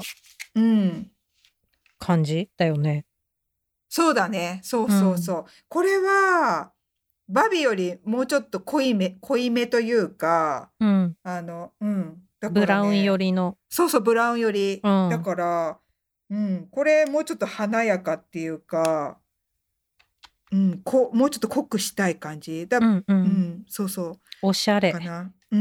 感じだよね。 そうだねそうそうそう、うん、これはバビよりもうちょっと濃いめ濃いめというか、 うん、 あのうんだからね、 ブラウン寄りのそうそうブラウン寄り、うん、だから、うん、これもうちょっと華やかっていうか、うん、こもうちょっと濃くしたい感じだ、 うんうんうん、そうそうおしゃれかな、うん、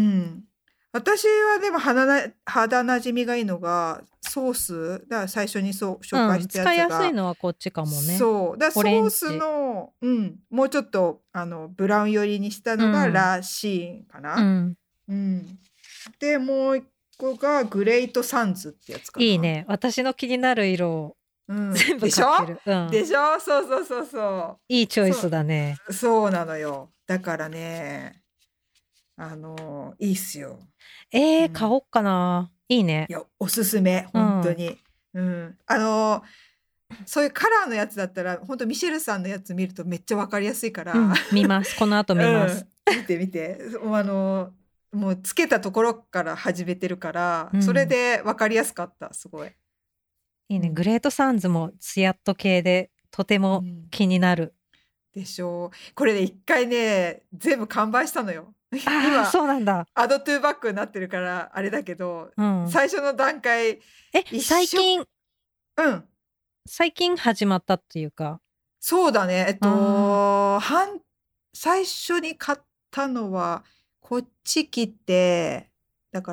私はでも肌な肌なじみがいいのがソースだから最初にそう紹介したやつが、 うん、使いやすいのはこっちかもね。 そうだソースの、うん、もうちょっとあのブラウン寄りにしたのがラシーンかな、 うんうん、でもう一個がグレートサンズってやつかな。 いいね私の気になる色を全部買ってる、 うん、でしょ、うん、でしょそうそうそうそういいチョイスだね。 そ う, そうなのよだからねあのいいっすよ。 えー、うん、買おっかな。いいね。 いやおすすめ本当に、うん、うん、あのそういうカラーのやつだったら本当ミシェルさんのやつ見るとめっちゃわかりやすいから、うん、 見ますこの後見ます、 うん、見て見てあのもうつけたところから始めてるから、うん、それでわかりやすかったすごいいいね、うん、グレートサンズもツヤっと系でとても気になる、 うん、でしょう。これで、ね、一回ね全部完売したのよ。 今そうなんだアドトゥーバックになってるからあれだけど、うん、最初の段階え最近うん最近始まったっていうかそうだねえっと半最初に買ったのはこっち来てだから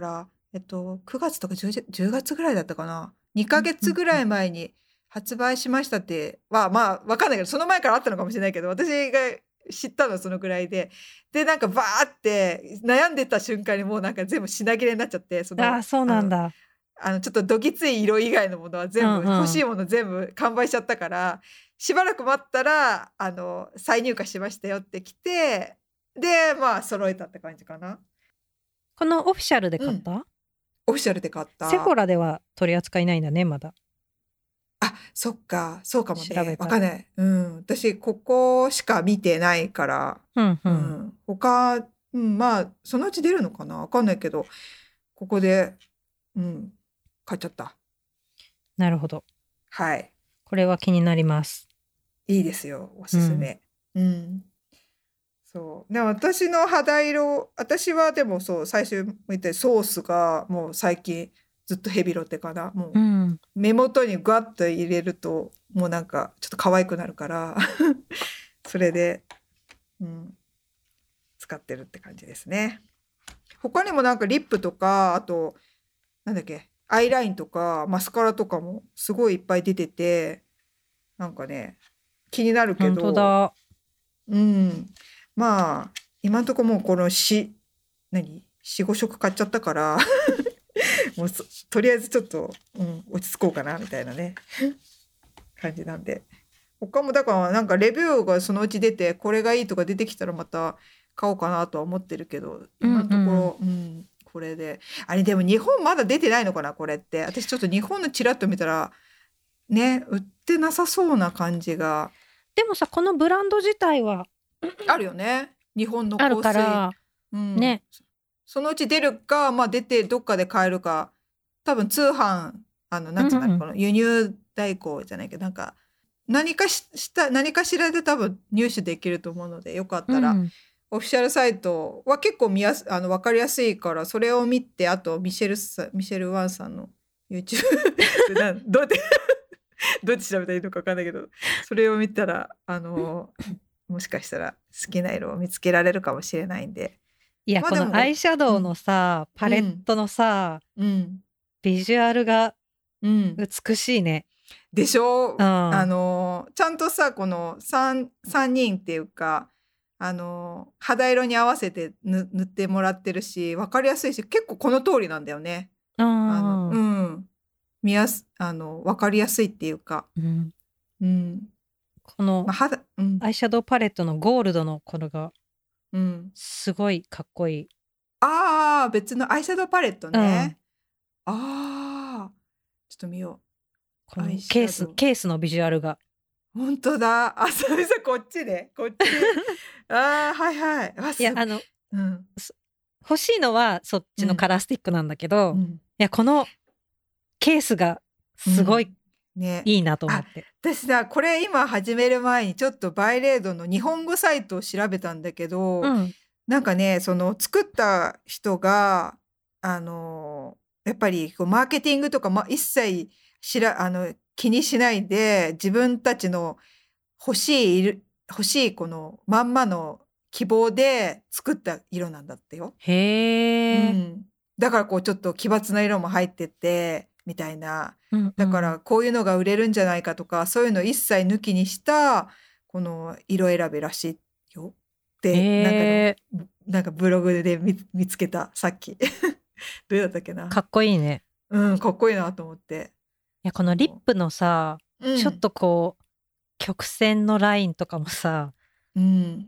えっと、くがつとか 10, 10月ぐらいだったかな。にかげつぐらい前に発売しましたっては、まあ、わかんないけど、その前からあったのかもしれないけど、私が知ったのはそのぐらいで、で、なんかバーって悩んでた瞬間にもうなんか全部品切れになっちゃって、その、 ああ、そうなんだ。 あのちょっとどぎつい色以外のものは全部、 うんうん、 欲しいもの全部完売しちゃったから、しばらく待ったらあの再入荷しましたよって来て、でまあ揃えたって感じかな。 このオフィシャルで買った、うん、 オフィシャルで買った。 セフォラでは取り扱いないんだねまだ。 あ、そっか、そうかもね。わかんない。うん、私ここしか見てないから、 うんうん、 うん、他、うん、まあそのうち出るのかな、わかんないけど、ここで、うん、買っちゃった。 なるほど。 はい。 これは気になります。 いいですよ、おすすめ。うん。うん、そう。で、私の肌色、私はでもそう、最初言ったソースがもう最近ずっとヘビロテかな。もう目元にガッと入れると、もうなんかちょっと可愛くなるから、それで、うん、使ってるって感じですね。他にもなんかリップとか、あと、なんだっけ、アイラインとかマスカラとかもすごいいっぱい出てて、なんかね、気になるけど、 本当だ。 うん、まあ今のところもうこのし何よん、ご色買っちゃったからもうとりあえずちょっと、うん、落ち着こうかなみたいなね感じなんで、他もだからなんかレビューがそのうち出てこれがいいとか出てきたらまた買おうかなとは思ってるけど、今のところ、うんうん、これであれでも日本まだ出てないのかなこれって。私ちょっと日本のチラッと見たらね売ってなさそうな感じが。 でもさこのブランド自体はあるよね、日本の香水あるから、うん、ね、 そのうち出るか、まあ、出てどっかで買えるか、多分通販あのなんつうの、うんうん、この輸入代行じゃないけどなんか何かしした何かしらで多分入手できると思うので、よかったら、うん、オフィシャルサイトは結構見やすあの分かりやすいから、それを見て、あとミシェルさミシェルワンさんの YouTube どうやってどうやって調べたらいいのか分かんないけど、それを見たらあのもしかしたら好きな色を見つけられるかもしれないんで。 いや、まあ、このアイシャドウのさ、うん、パレットのさ、うん、ビジュアルが美しいね。 うん、でしょ、うん、あのちゃんとさこの 3, さんにんっていうかあの肌色に合わせて塗ってもらってるし、分かりやすいし、結構この通りなんだよね。 あの、 うん、見やすあの分かりやすいっていうか、うんうん、 この、まあ肌うん、アイシャドウパレットのゴールドのこれがうん、すごいかっこいい。 ああ、別のアイシャドウパレットね。うん、ああ、ちょっと見よう。 このケースケースのビジュアルが。 本当だ。あ、それさこっちで、こっちで。ああ、はいはい。 いやあの、うん、欲しいのはそっちのカラースティックなんだけど、うん、いやこのケースがすごい、うんね、いいなと思って。 私さこれ今始める前にちょっとバイレードの日本語サイトを調べたんだけど、うん、なんかねその作った人があのやっぱりこうマーケティングとか、ま、一切しらあの気にしないで自分たちの欲しい欲しいこのまんまの希望で作った色なんだってよ。 へー、 うん、だからこうちょっと奇抜な色も入っててみたいな、うんうん、だからこういうのが売れるんじゃないかとかそういうの一切抜きにしたこの色選びらしいよってなんかなんかブログで 見, 見つけたさっきどうだったっけな。 かっこいいね。 うんかっこいいなと思って。 いやこのリップのさ、うん、ちょっとこう曲線のラインとかもさ、うん、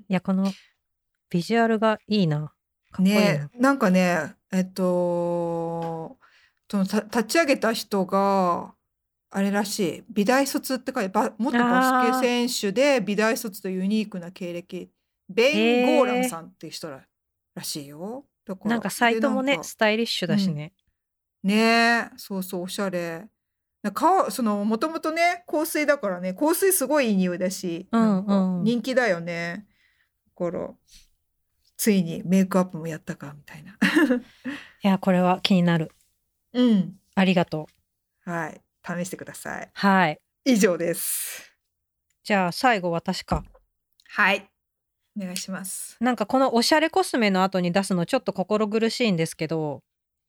いやこのビジュアルがいいな。かっこいいな。 ね、なんかねえっとそのた立ち上げた人があれらしい、美大卒って書いて元バスケ選手で美大卒とユニークな経歴、ベン・ゴーラムさんっていう人らしいよ。だからなんかサイトもねスタイリッシュだしね、 うん、ねそうそうおしゃれ。顔そのもともとね香水だからね、香水すごいいい匂いだし、うんうん、人気だよね。だからついにメイクアップもやったかみたいな。いやこれは気になる。 うん、 ありがとう。はい、試してください。 はい、 以上です。 じゃあ最後私か。 はい、お願いします。 なんかこのおしゃれコスメの後に出すのちょっと心苦しいんですけど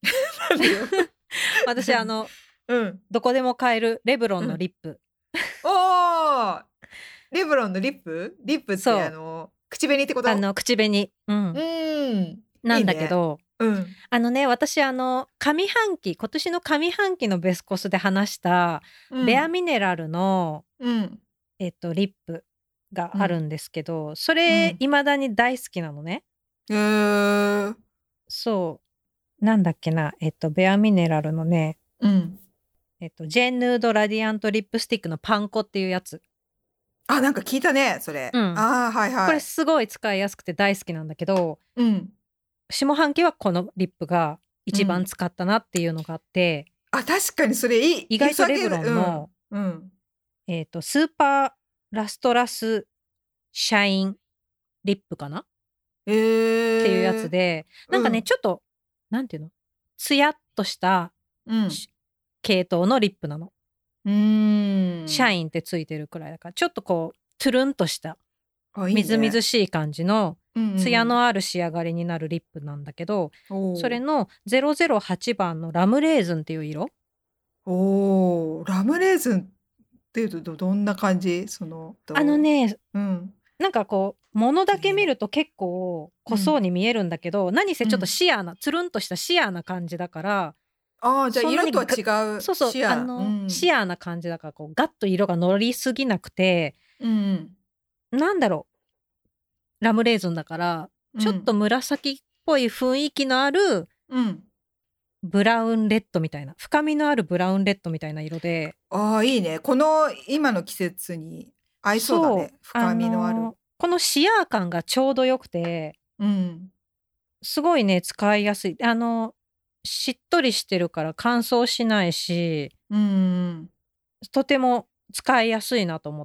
あるよ。 私あの、 うん。 どこでも買えるレブロンのリップ。 おーレブロンのリップリップってそうあの、口紅ってこと？ あの口紅、う、 うんーん。 なんだけど、 いいね。うん。 あのね、私あの上半期、今年の上半期のベスコスで話したうん、 ベアミネラルの、 うん。 えっと、リップがあるんですけど、そうれん。 未だに大好きなのね。 へー。 そうなんだっけな、えっとベアミネラルのね、 うん。 えっとジェンヌードラディアントリップスティックのパンコっていうやつ。 あ、なんか聞いたね、それ。 うん、 ああ、はいはい。 これすごい使いやすくて大好きなんだけど、 うん。 下半期はこのリップが一番使ったなっていうのがあって、 あ、確かにそれいい。 意外とレブロンの、 うん。うん。 えっとスーパーラストラスシャインリップかなえー、 っていうやつで、なんかね、 うんちょっとなんていうの、ツヤっとしたうん。 系統のリップなの。 うーん。 シャインってついてるくらいだから、ちょっとこうトゥルンとしたあ、いいね。 みずみずしい感じのうんうんツヤのある仕上がりになるリップなんだけど、 おーそれのゼロゼロはちばんのラムレーズンっていう色。 おーラムレーズンっていうとどどんな感じ？そのとあのね、 うんなんかこう物だけ見ると結構濃そうに見えるんだけど、何せちょっとシアーな、つるんとしたシアーな感じだから、 ああじゃあそんなに色とは違うそうそうシアあの、 うんシアーな感じだからこうガッと色が乗りすぎなくて、 うんなんだろう、ラムレーズンだからうんちょっと紫っぽい雰囲気のあるうんブラウンレッドみたいな、深みのあるブラウンレッドみたいな色で、 ああいいね。この今の季節に合いそうだね。深みのある。 のーこのシアー感がちょうどよくて、 うんすごいね使いやすい。あのしっとりしてるから乾燥しないし、 うんとても使いやすいなと思って、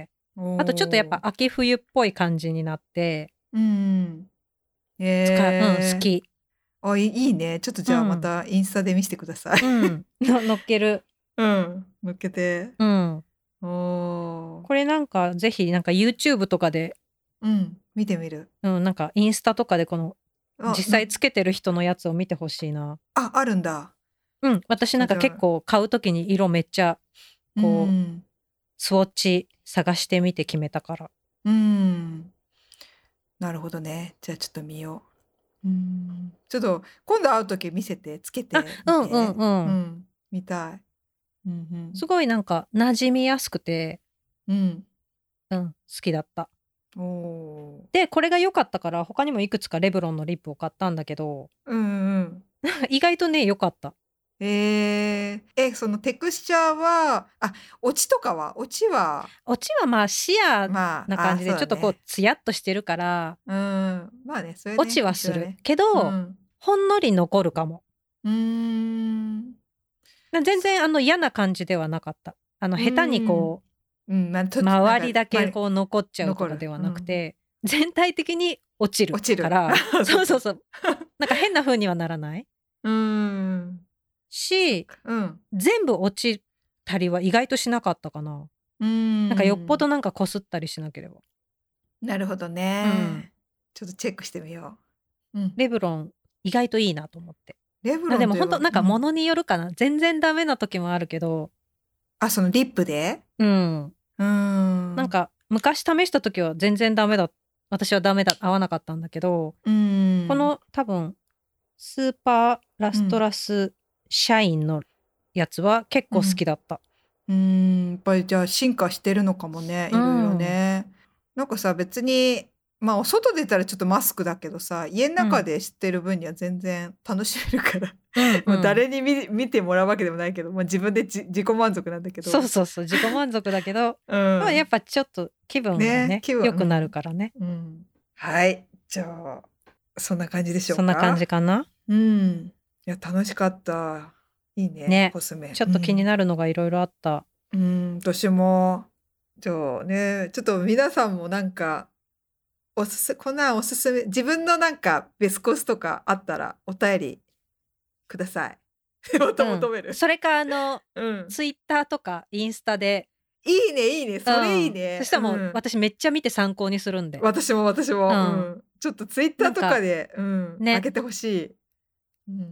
おあとちょっとやっぱー秋冬っぽい感じになってうん使う、 えうん、 ー好き。 あいいいいね。ちょっとじゃあまたインスタで見せてください。 うんの乗っける。 うん乗っけて。 うんおーこれなんかぜひなんか YouTube とかで、 うん見てみる。 うん、なんかインスタとかでこのあ実際つけてる人のやつを見てほしいな。 ああるんだ。 うん私なんか結構買うときに色めっちゃこう、 うんスウォッチ探してみて決めたから。 うんなるほどね。じゃあちょっと見よう。うんちょっと今度会う時見せてつけてあみて。 うんうんうんうん見たい。うんすごいなんか馴染みやすくて、 うんうん、好きだった。 うんおーでこれが良かったから他にもいくつかレブロンのリップを買ったんだけど、 うんうん意外とね良かった。 えー、えそのテクスチャーはあオチとかはオチはオチはまあシアまあな感じであちょっとこうそうだねツヤっとしてるから、 うんまあねそれねオチはする、 一緒だねけど、 うんほんのり残るかも。 うーん全然あの嫌な感じではなかった。あの下手にこうんまあ、とう周りだけなんかこう残っちゃうとかではなくて、全体的に落ちる落ちるからそうそうそうなんか変な風にはならないうんし、 うん全部落ちたりは意外としなかったかな。 うんなんかよっぽどなんかこすったりしなければ。 なるほどうね、 んちょっとチェックしてみよう、うん、 レブロン意外といいなと思って。 レブロンといえばでも本当なんかうん物によるかな、全然ダメな時もあるけど、 あそのリップでうんうんなんか昔試した時は全然ダメだ、私はダメだ、合わなかったんだけど、 うんこの多分スーパーラストラスシャインのやつは結構好きだった。 うんやっぱりじゃあ進化してるのかもねいろいろね、なんかさ別にまあお外出たらちょっとマスクだけどさ家の中で知ってる分には全然楽しめるから、 うんもう誰に 見, 見てもらうわけでもないけど、まあ、自分でじ自己満足なんだけどそうそうそう自己満足だけど、 うんまあやっぱちょっと気分がねね気分良くなるからね、 うん、はいじゃあそんな感じでしょうか。 そんな感じかな。 うんいや楽しかったいいねねコスメちょっと気になるのがいろいろあった。 うん、うん私もじゃあねちょっと皆さんもなんかおすすこんなんおすすめ自分のなんかベスコスとかあったらお便りください。また求める、 うん、それかあの、 うん、 ツイッターとかインスタでいいねいいねそれいいね、 うん、そしたらもう、 うん、 私めっちゃ見て参考にするんで。 私も私も、 うんうん、ちょっとツイッターとかでうんね上げてほしい、うん、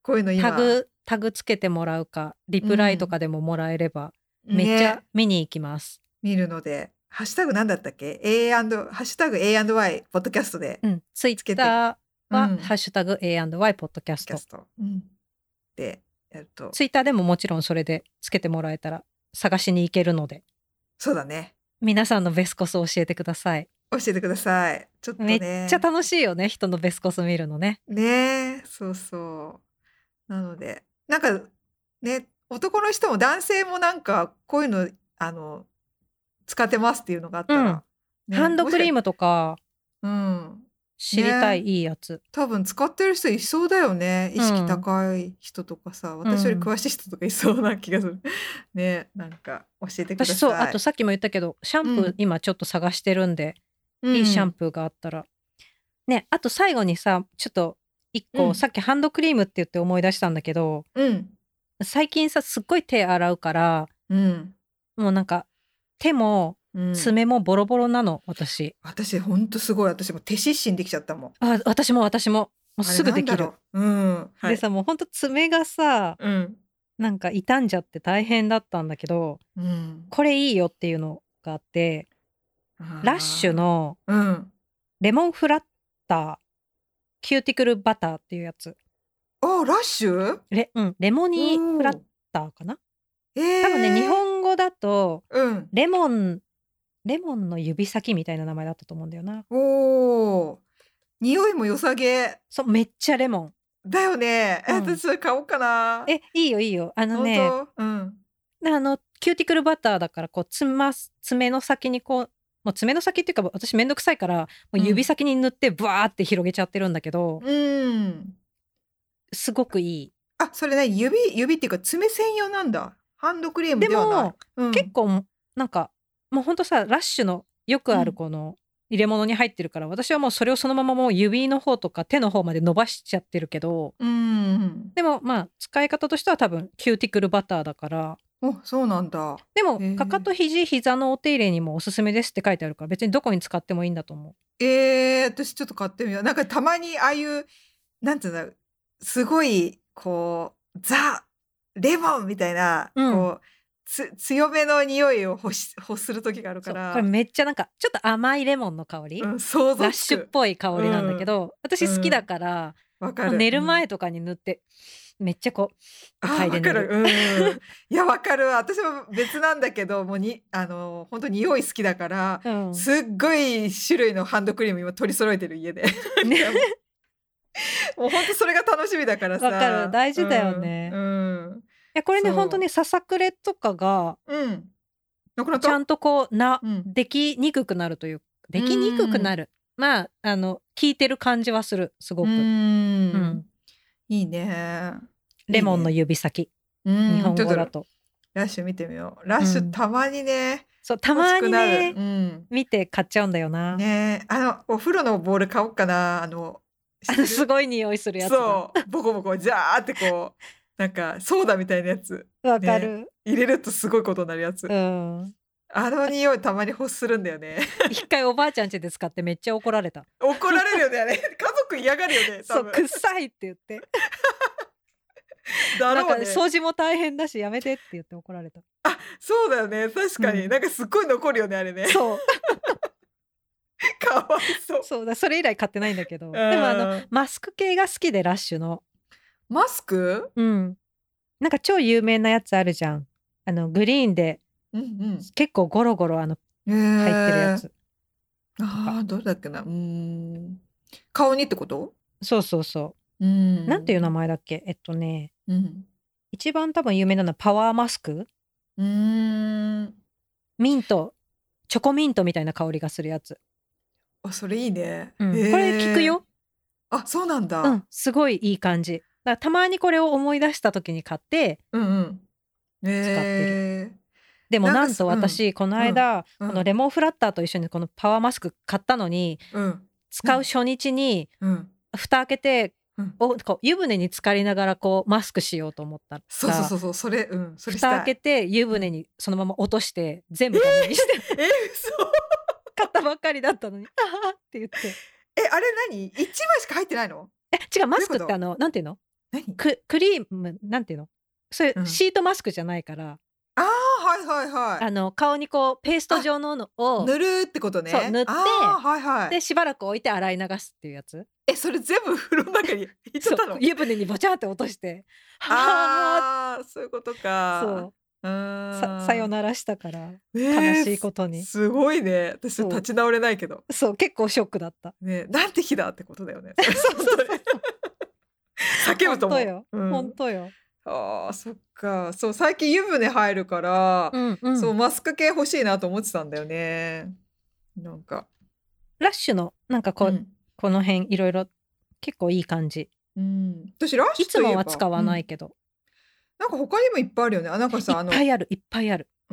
こういうの今タグタグつけてもらうかリプライとかでももらえれば、うん、めっちゃ見に行きます、 ね、見るのでハッシュタグなんだったっけ A& ハッシュタグ エーアンドワイ ポッドキャストで、 うん、ツイッターは、うん、ハッシュタグ エーアンドワイ ポッドキャスト、 うん、でやるとツイッターでももちろんそれでつけてもらえたら探しに行けるので。 そうだね。 皆さんのベスコスを教えてください。 教えてください。ちょっとね。 めっちゃ楽しいよね、人のベスコス見るのね。 ね、そうそう。なのでなんかね、男の人も男性もなんかこういうのあの使ってますっていうのがあったら、うんね、ハンドクリームとか、 うん、 知りたい、ね、いいやつ多分使ってる人いそうだよね。意識高い人とかさ、うん、私より詳しい人とかいそうな気がする、うん、ね、なんか教えてください。 私そう、あとさっきも言ったけどシャンプー、うん、今ちょっと探してるんで、うん、いいシャンプーがあったらね。あと最後にさちょっと一個、うん、さっきハンドクリームって言って思い出したんだけど、うん、最近さすっごい手洗うから、うん、もうなんか手も爪もボロボロなの、うん、私私ほんとすごい。私も手湿疹できちゃったもん。 あ、私も私ももうすぐできる。 うん、 はい、でさもうほんと爪がさ、うん、なんか傷んじゃって大変だったんだけど、うん、これいいよっていうのがあってラッシュのレモンフラッター、キューティクルバターっていうやつ。 あ、ラッシュレ、うん、レモニーフラッターかな、えー、多分ね日本語だと、うん、レモンレモンの指先みたいな名前だったと思うんだよな。 おー、匂いも良さげ。 そう、めっちゃレモンだよね。え、うん、私それ買おうかな。 え、いいよいいよ。あのね、うん、あのキューティクルバターだからこうつま爪の先にこうもう爪の先っていうか私めんどくさいからもう指先に塗ってブワーって広げちゃってるんだけど、うん、すごくいい。 あ、それね、指指っていうか爪専用なんだ。ハンドクリームではない。 でも、うん、結構なんかもうほんとさラッシュのよくあるこの入れ物に入ってるから、うん、私はもうそれをそのままもう指の方とか手の方まで伸ばしちゃってるけど、うん、でもまあ使い方としては多分キューティクルバターだから。 お、そうなんだ。 でもかかと肘膝のお手入れにもおすすめですって書いてあるから別にどこに使ってもいいんだと思う。 えー、私ちょっと買ってみよう。なんかたまにああいうなんていうんだすごいこうザ・レモンみたいな、うん、こうつ強めの匂いを欲し欲する時があるから。 これめっちゃなんかちょっと甘いレモンの香り、うん、想像つくラッシュっぽい香りなんだけど、うん、私好きだから、うん、かる寝る前とかに塗って、うん、めっちゃこう嗅いで寝る。 うん、いやわかるわ。私も別なんだけどもうにあの本当に匂い好きだから、うん、すっごい種類のハンドクリーム今取り揃えてる家で。ねもう本当それが楽しみだからさ。 わかる、大事だよね。うんうん、いやこれね本当にささくれとかが、うん、ちゃんとこうな、うん、できにくくなるというできにくくなる、まああの効いてる感じはするすごく。うん、うん、 いいね。 レモンの指先、いいね、日本語だと。 ラッシュ見てみよう。ラッシュたまにね、うん、 そうたまにね、うん、見て買っちゃうんだよな。 ね、あのお風呂のボール買おうかな。あのあのすごい匂いするやつだ。 そうボコボコジャーってこうなんかソーダみたいなやつわかる、 ね、入れるとすごいことになるやつ、うん、あの匂いたまに欲するんだよね。 一回おばあちゃん家で使ってめっちゃ怒られた。 怒られるよねあれ家族嫌がるよね多分。そう臭いって言ってだろうね、なんか掃除も大変だしやめてって言って怒られた。 あ、そうだよね確かに、うん、なんかすっごい残るよねあれね。 そうかわいそう。 そうだ、それ以来買ってないんだけど、でもあのマスク系が好きでラッシュのマスク、 うん、なんか超有名なやつあるじゃん、あのグリーンで、うんうん、結構ゴロゴロあの、えー、入ってるやつ。 あーどれだっけな、うーん顔にってこと？ そうそうそう、うん、なんていう名前だっけ、えっとね、うん、一番多分有名なのはパワーマスク、うーんミントチョコミントみたいな香りがするやつ。 あ、それいいね、 うん、これ効くよ。 あ、そうなんだ、 うん、すごいいい感じだからたまにこれを思い出した時に買って、うんうん、使ってる。でもなんと私、うん、この間、うん、このレモンフラッターと一緒にこのパワーマスク買ったのに、うん、使う初日に、うん、蓋開けて、うん、おこう湯船に浸かりながらこうマスクしようと思ったら、 そうそうそうそうそれ、うん、それ蓋開けて湯船にそのまま落として全部ダメにして、 えー、えー、そう買ったばっかりだったのにあはって言って。 え、あれ何いちまいしか入ってないの？ え、違う、マスクってあのなんていうの、 何ククリームなんていうの、それうんシートマスクじゃないから、 ああ、はいはいはあの顔にこうペースト状ののい。 を塗るってことね。 そう塗ってああ、はいはい。 でしばらく置いて洗い流すっていうやつ。 え、それ全部風呂の中に入れそうたの湯船にボチャーって落としてはあああ、そういうことか。 そううささよーん。 ならしたからえ悲ー、 しいことに、 すすごいね。私そう立ち直れないけど。 そう結構ショックだった。 ね、なんて日だってことだよね。それそう本当に。 そうそう叫ぶと思本当よ、 う。うん。 本当よ。 ああ、そっか。そう、最近湯船入るから、 うんうそう、 ん。 マスク系欲しいなと思ってたんだよね。なんか。 ラッシュのなんかこう、 うん。 この辺いろいろ結構いい感じ。 うん。私ラッいシュといえば、 つもは使わうん。 ないけど、 なんか他にもいっぱいあるよね。あ、なんかいさ、あの、 っぱいあるいっぱいある。 うん。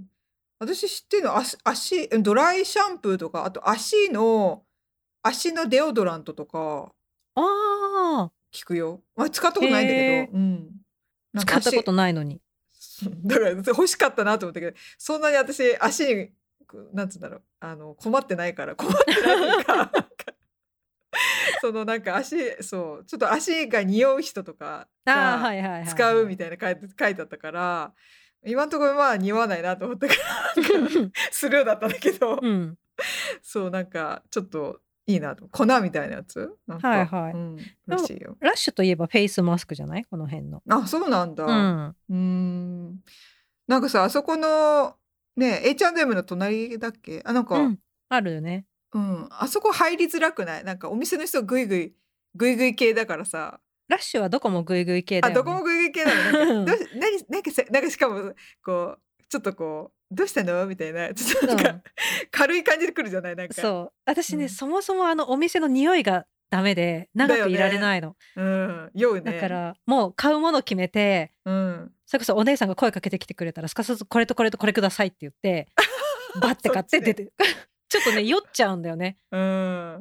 私知ってるの、足足うん、ドライシャンプーとか、あと足の足のデオドラントとかああ、 聞くよ。ま、使ったことないんだけど、 へえ、 うん。なんか使ったこと足ないのに。 だから欲しかったなと思ったけど、そんなに私足に、くなんつうんだろう、あの、困ってないから、困ってないというか、なんか、そのなんか足そう、ちょっと足が匂う人とかああ、 がはいはいはい使うはい。 みたいな書いて書いてあったから、今んところまあ匂わないなと思ったから、なんかスルーだったんだけど、 うん。 そうなんかちょっといいなと。粉みたいなやつ？なんか、 はいはい。 うん、 でもらしいよ。 ラッシュといえばフェイスマスクじゃない？この辺の。 あ、そうなんだ。 うん。 うーん。なんかさ、あそこの、ね、エイチアンドエム の隣だっけ？あ、なんか、 うん、あるよね。 うん、あそこ入りづらくない？なんかお店の人グイグイグイグイ系だからさ。 ラッシュはどこもグイグイ系だあ、 よね。 どこもグイグイ系なの？なんか、どうし何なんかさ、なんかしかも、こう、ちょっとこう、「どうしたの？」みたいな、ちょっとなんか、 うん。 軽い感じで来るじゃない？なんか。 そう。私ね、 うん。 そもそもあのお店の匂いがダメで、 だ長くいられよね。 ないの。 うん、酔うね。 だから、もう買うもの決めて、 うん。 それこそお姉さんが声かけてきてくれたら、すかさずこれとこれとこれくださいって言って、バッて買っそっちね。 て出てちょっとね、酔っちゃうんだよね、 うん。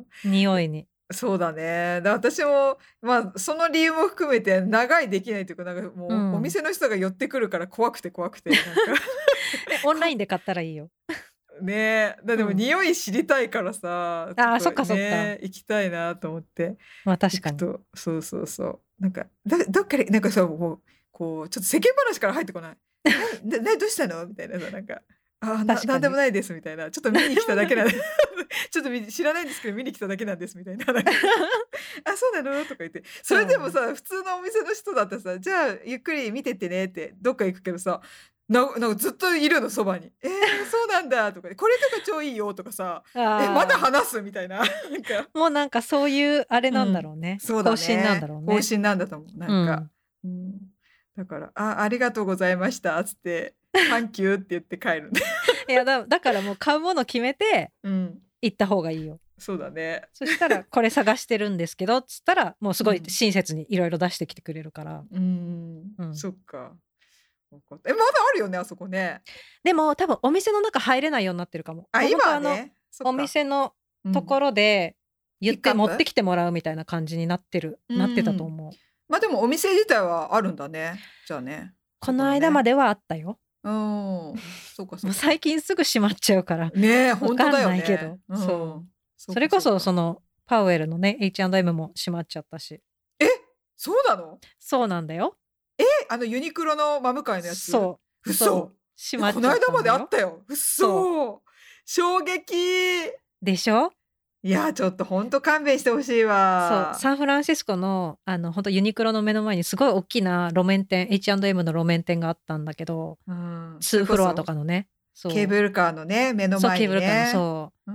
匂いに。 そうだね。だ、私も、まあ、その理由も含めて長居できないというか、なんかもうおうん。 店の人が寄ってくるから怖くて怖くて、なんかえ、オンライこンで買ったらいいよ。 ね、だでもうん。 匂い知りたいからさ、ちょっああ、そっとかそっか。 ね、行きたいなと思ってまあ、確かに。 行くと、そうそうそう。なんか、だどっかでなんかさ、もう、こう、ちょっと世間話から入ってこない。「ななどうしたの？」みたいなさ、なんか、「ああ、な確かに。 なんでもないです」みたいな、「ちょっと見に来ただけなんで、ちょっとみ知らないんですけど見に来ただけなんです」みたいな、なんか、「あ、そうなの？」とか言って、それでもうん。 さ、普通のお店の人だったらさ、「じゃあゆっくり見てってね」ってどっか行くけどさ、ななんかずっといるの、そばに。「ええ、そうなんだ」とか、「これとか超いいよ」とかさ、「え、まだああ。 話す？」みたいな、なんか、 もうなんかそういうあれなんだうん、 ろうね。 そうだ方針なんだね。 ろうね。 方針なんだと思う、なんか。 うん。 うん。だから、「あ、ありがとうございました」つって、「サンキュー」って言って帰るね。 いや、だだからもう買うもの決めてうん。 行った方がいいよ。 そうだね。 そしたら「これ探してるんですけど」っつったら、もうすごいうん。 親切にいろいろ出してきてくれるから。 うーん、 うん。 そっか。わかった。え、まだあるよね、あそこね。 でも多分お店の中入れないようになってるかも。 あ、 もうほん今とあの、 はね。そっおか。 店のうん。 ところで言っピックアップ？ て持ってきてもらうみたいな感じになってるうなってたとん。 思う。 ま、でもお店自体はあるんだね。じゃあね。 この間そこのね。 まではあったよ。 うーん。そっかそもうっか。 最近すぐ閉まっちゃうから、 ね、ほんとだわかんよね。 ないけど、 うそう。 ん。そっそれこかそっか。 そそのパウエルのね、エイチアンドエム も閉まっちゃったし。 え、そうなの？ そうなんだよ。 え、あのユニクロの真向かいのやつ？ そう、そう、 嘘？え、 閉まっちゃっこないだまであったんだよ。 たよ。 そう。 嘘。衝撃。 でしょ？ いや、ちょっとほんと勘弁してほしいそう、 わ。 サンフランシスコの、あの、ほんとユニクロの目の前にすごいおっきな路面店、エイチアンドエム の路面店があったんだけど、 うん、そにフロアとれこそかのね。 ケーそう。 ブルカーのね、目のそう、 前にケーブルカーの、 ね。 そうん。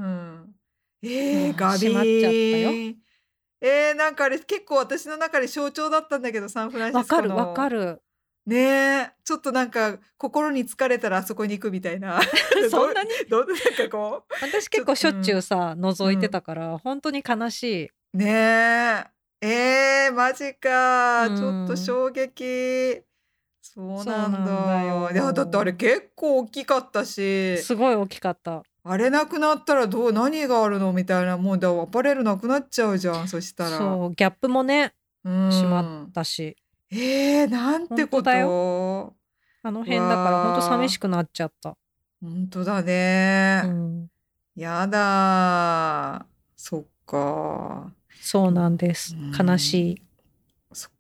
う。 ええ、 もうガ閉まっちゃったよ。 ビー。ええ、なんかあれ結構私の中で象徴だったんだけど、サンフランシスわかるわかコの。 る。 ね、ちょっとなんか心に疲れたらあそこに行くみたいな。どうそんなに？ どうなんかこう、 私ちょ結構しょっちゅううん、 さ、覗いてうん。 たから、ほんとに悲しい。 ねえ。ええ、マジうか。ちょっとーん。 衝撃。そうそうなんなんだだ。いや、だってあれよ。 結構大きかったし、 すごい大きかった。 あれなくなったらどう何があるのみたいな、もうだアパレルなくなっちゃうじゃん、そしたら。 そう、ギャップもね、 う閉まっーん。 たし。 ええ、なんほんてことだよ。 と？ あの辺だからほんと寂しわあ、 くなっちゃった。 ほんとだね。 うん。 やだ。そっか。 そううなんです。 ー悲しん。 い。 そっかそっか。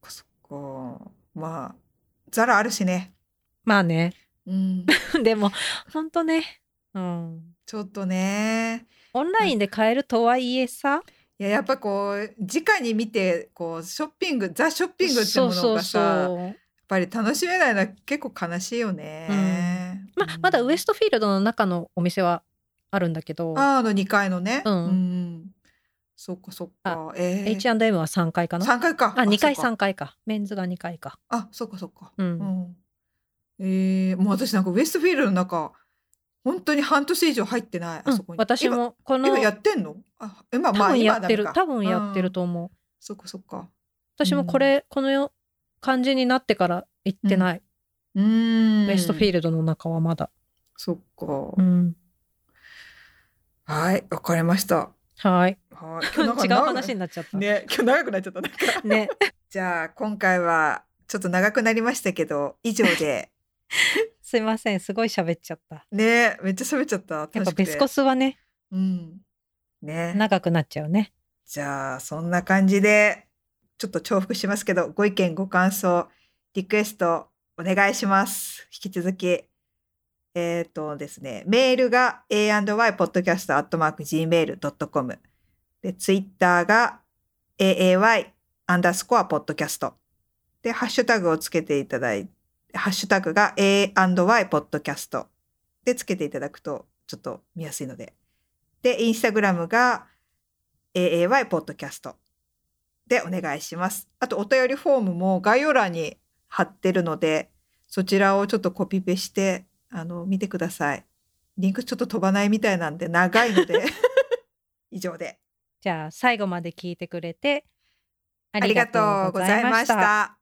か。まあ、ザラあるしね。 まあね。 うん。 でも、ほんとね。うん。 ちょっとね。 オンラインで買えるとはいえさ。 いや、やっぱこう、直に見て、こう、ショッピング、ザ・ショッピングってそうそうものがさ、やっそう。 ぱり楽しめないのは結構悲しいようん。 ね。うま、まだウエん。 ストフィールドの中のお店はあるんだけど。 ああ、あのにかいのね。 う。 うんん。そっかそっあ、 か。ええ。 エイチアンドエム はさんかいかな。 さんかいか。 あ、 あ、 にかいそっか。 さんかいか。メンズがにかいか。 あ、そっかそっか。 う。 うんん。ええ、もう私なんかウエストフィールドの中、ほんとに半年以上入ってない、あうん、 そこに。今私もこ今やのってんの？あ、今、 多まあ、 分やってる。 今はダメか。 多分うやってるん。 と思う。 そっかそっか。う私もこん。 れ、このよ感じになってから行っうん。 てない。 うウエストフィーーん。 ルドの中はまだ。 そっか。 うん。 はい、わかりました。 はい。 はい。今日なんか違う長話になっちゃった。 ね、今日長くなっちゃった、なんか。 ね。 じゃあ、今回はちょっと長くなりましたけど、以上で。 すいません、すごい喋っちゃった。 ね、めっちゃ喋っちゃった。 やっ楽しくぱベスコて。 スはね、 うん。ね。 長くなっちゃうね。 じゃあ、そんな感じで、ちょっと重複しますけど、ご意見、ご感想、リクエストお願いします。引き続き。えっとですね、メールが エーアンドワイ ポッドキャスト アットマーク ジーメール ドットコム で、ツイッターが エーエーワイ アンダースコアポッドキャストで、ハッシュタグをつけていただいて、ハッシュタグが エーアンドワイ ポッドキャストでつけていただくとちょっと見やすいので。で、インスタグラムが エーエーワイ ポッドキャストでお願いします。あと、お便りフォームも概要欄に貼ってるので、そちらをちょっとコピペして、あの、見てください。リンクちょっと飛ばないみたいなんで、長いので。以上で。 じゃあ、最後まで聞いてくれてあありがりがとうとうございまございまし。 したた。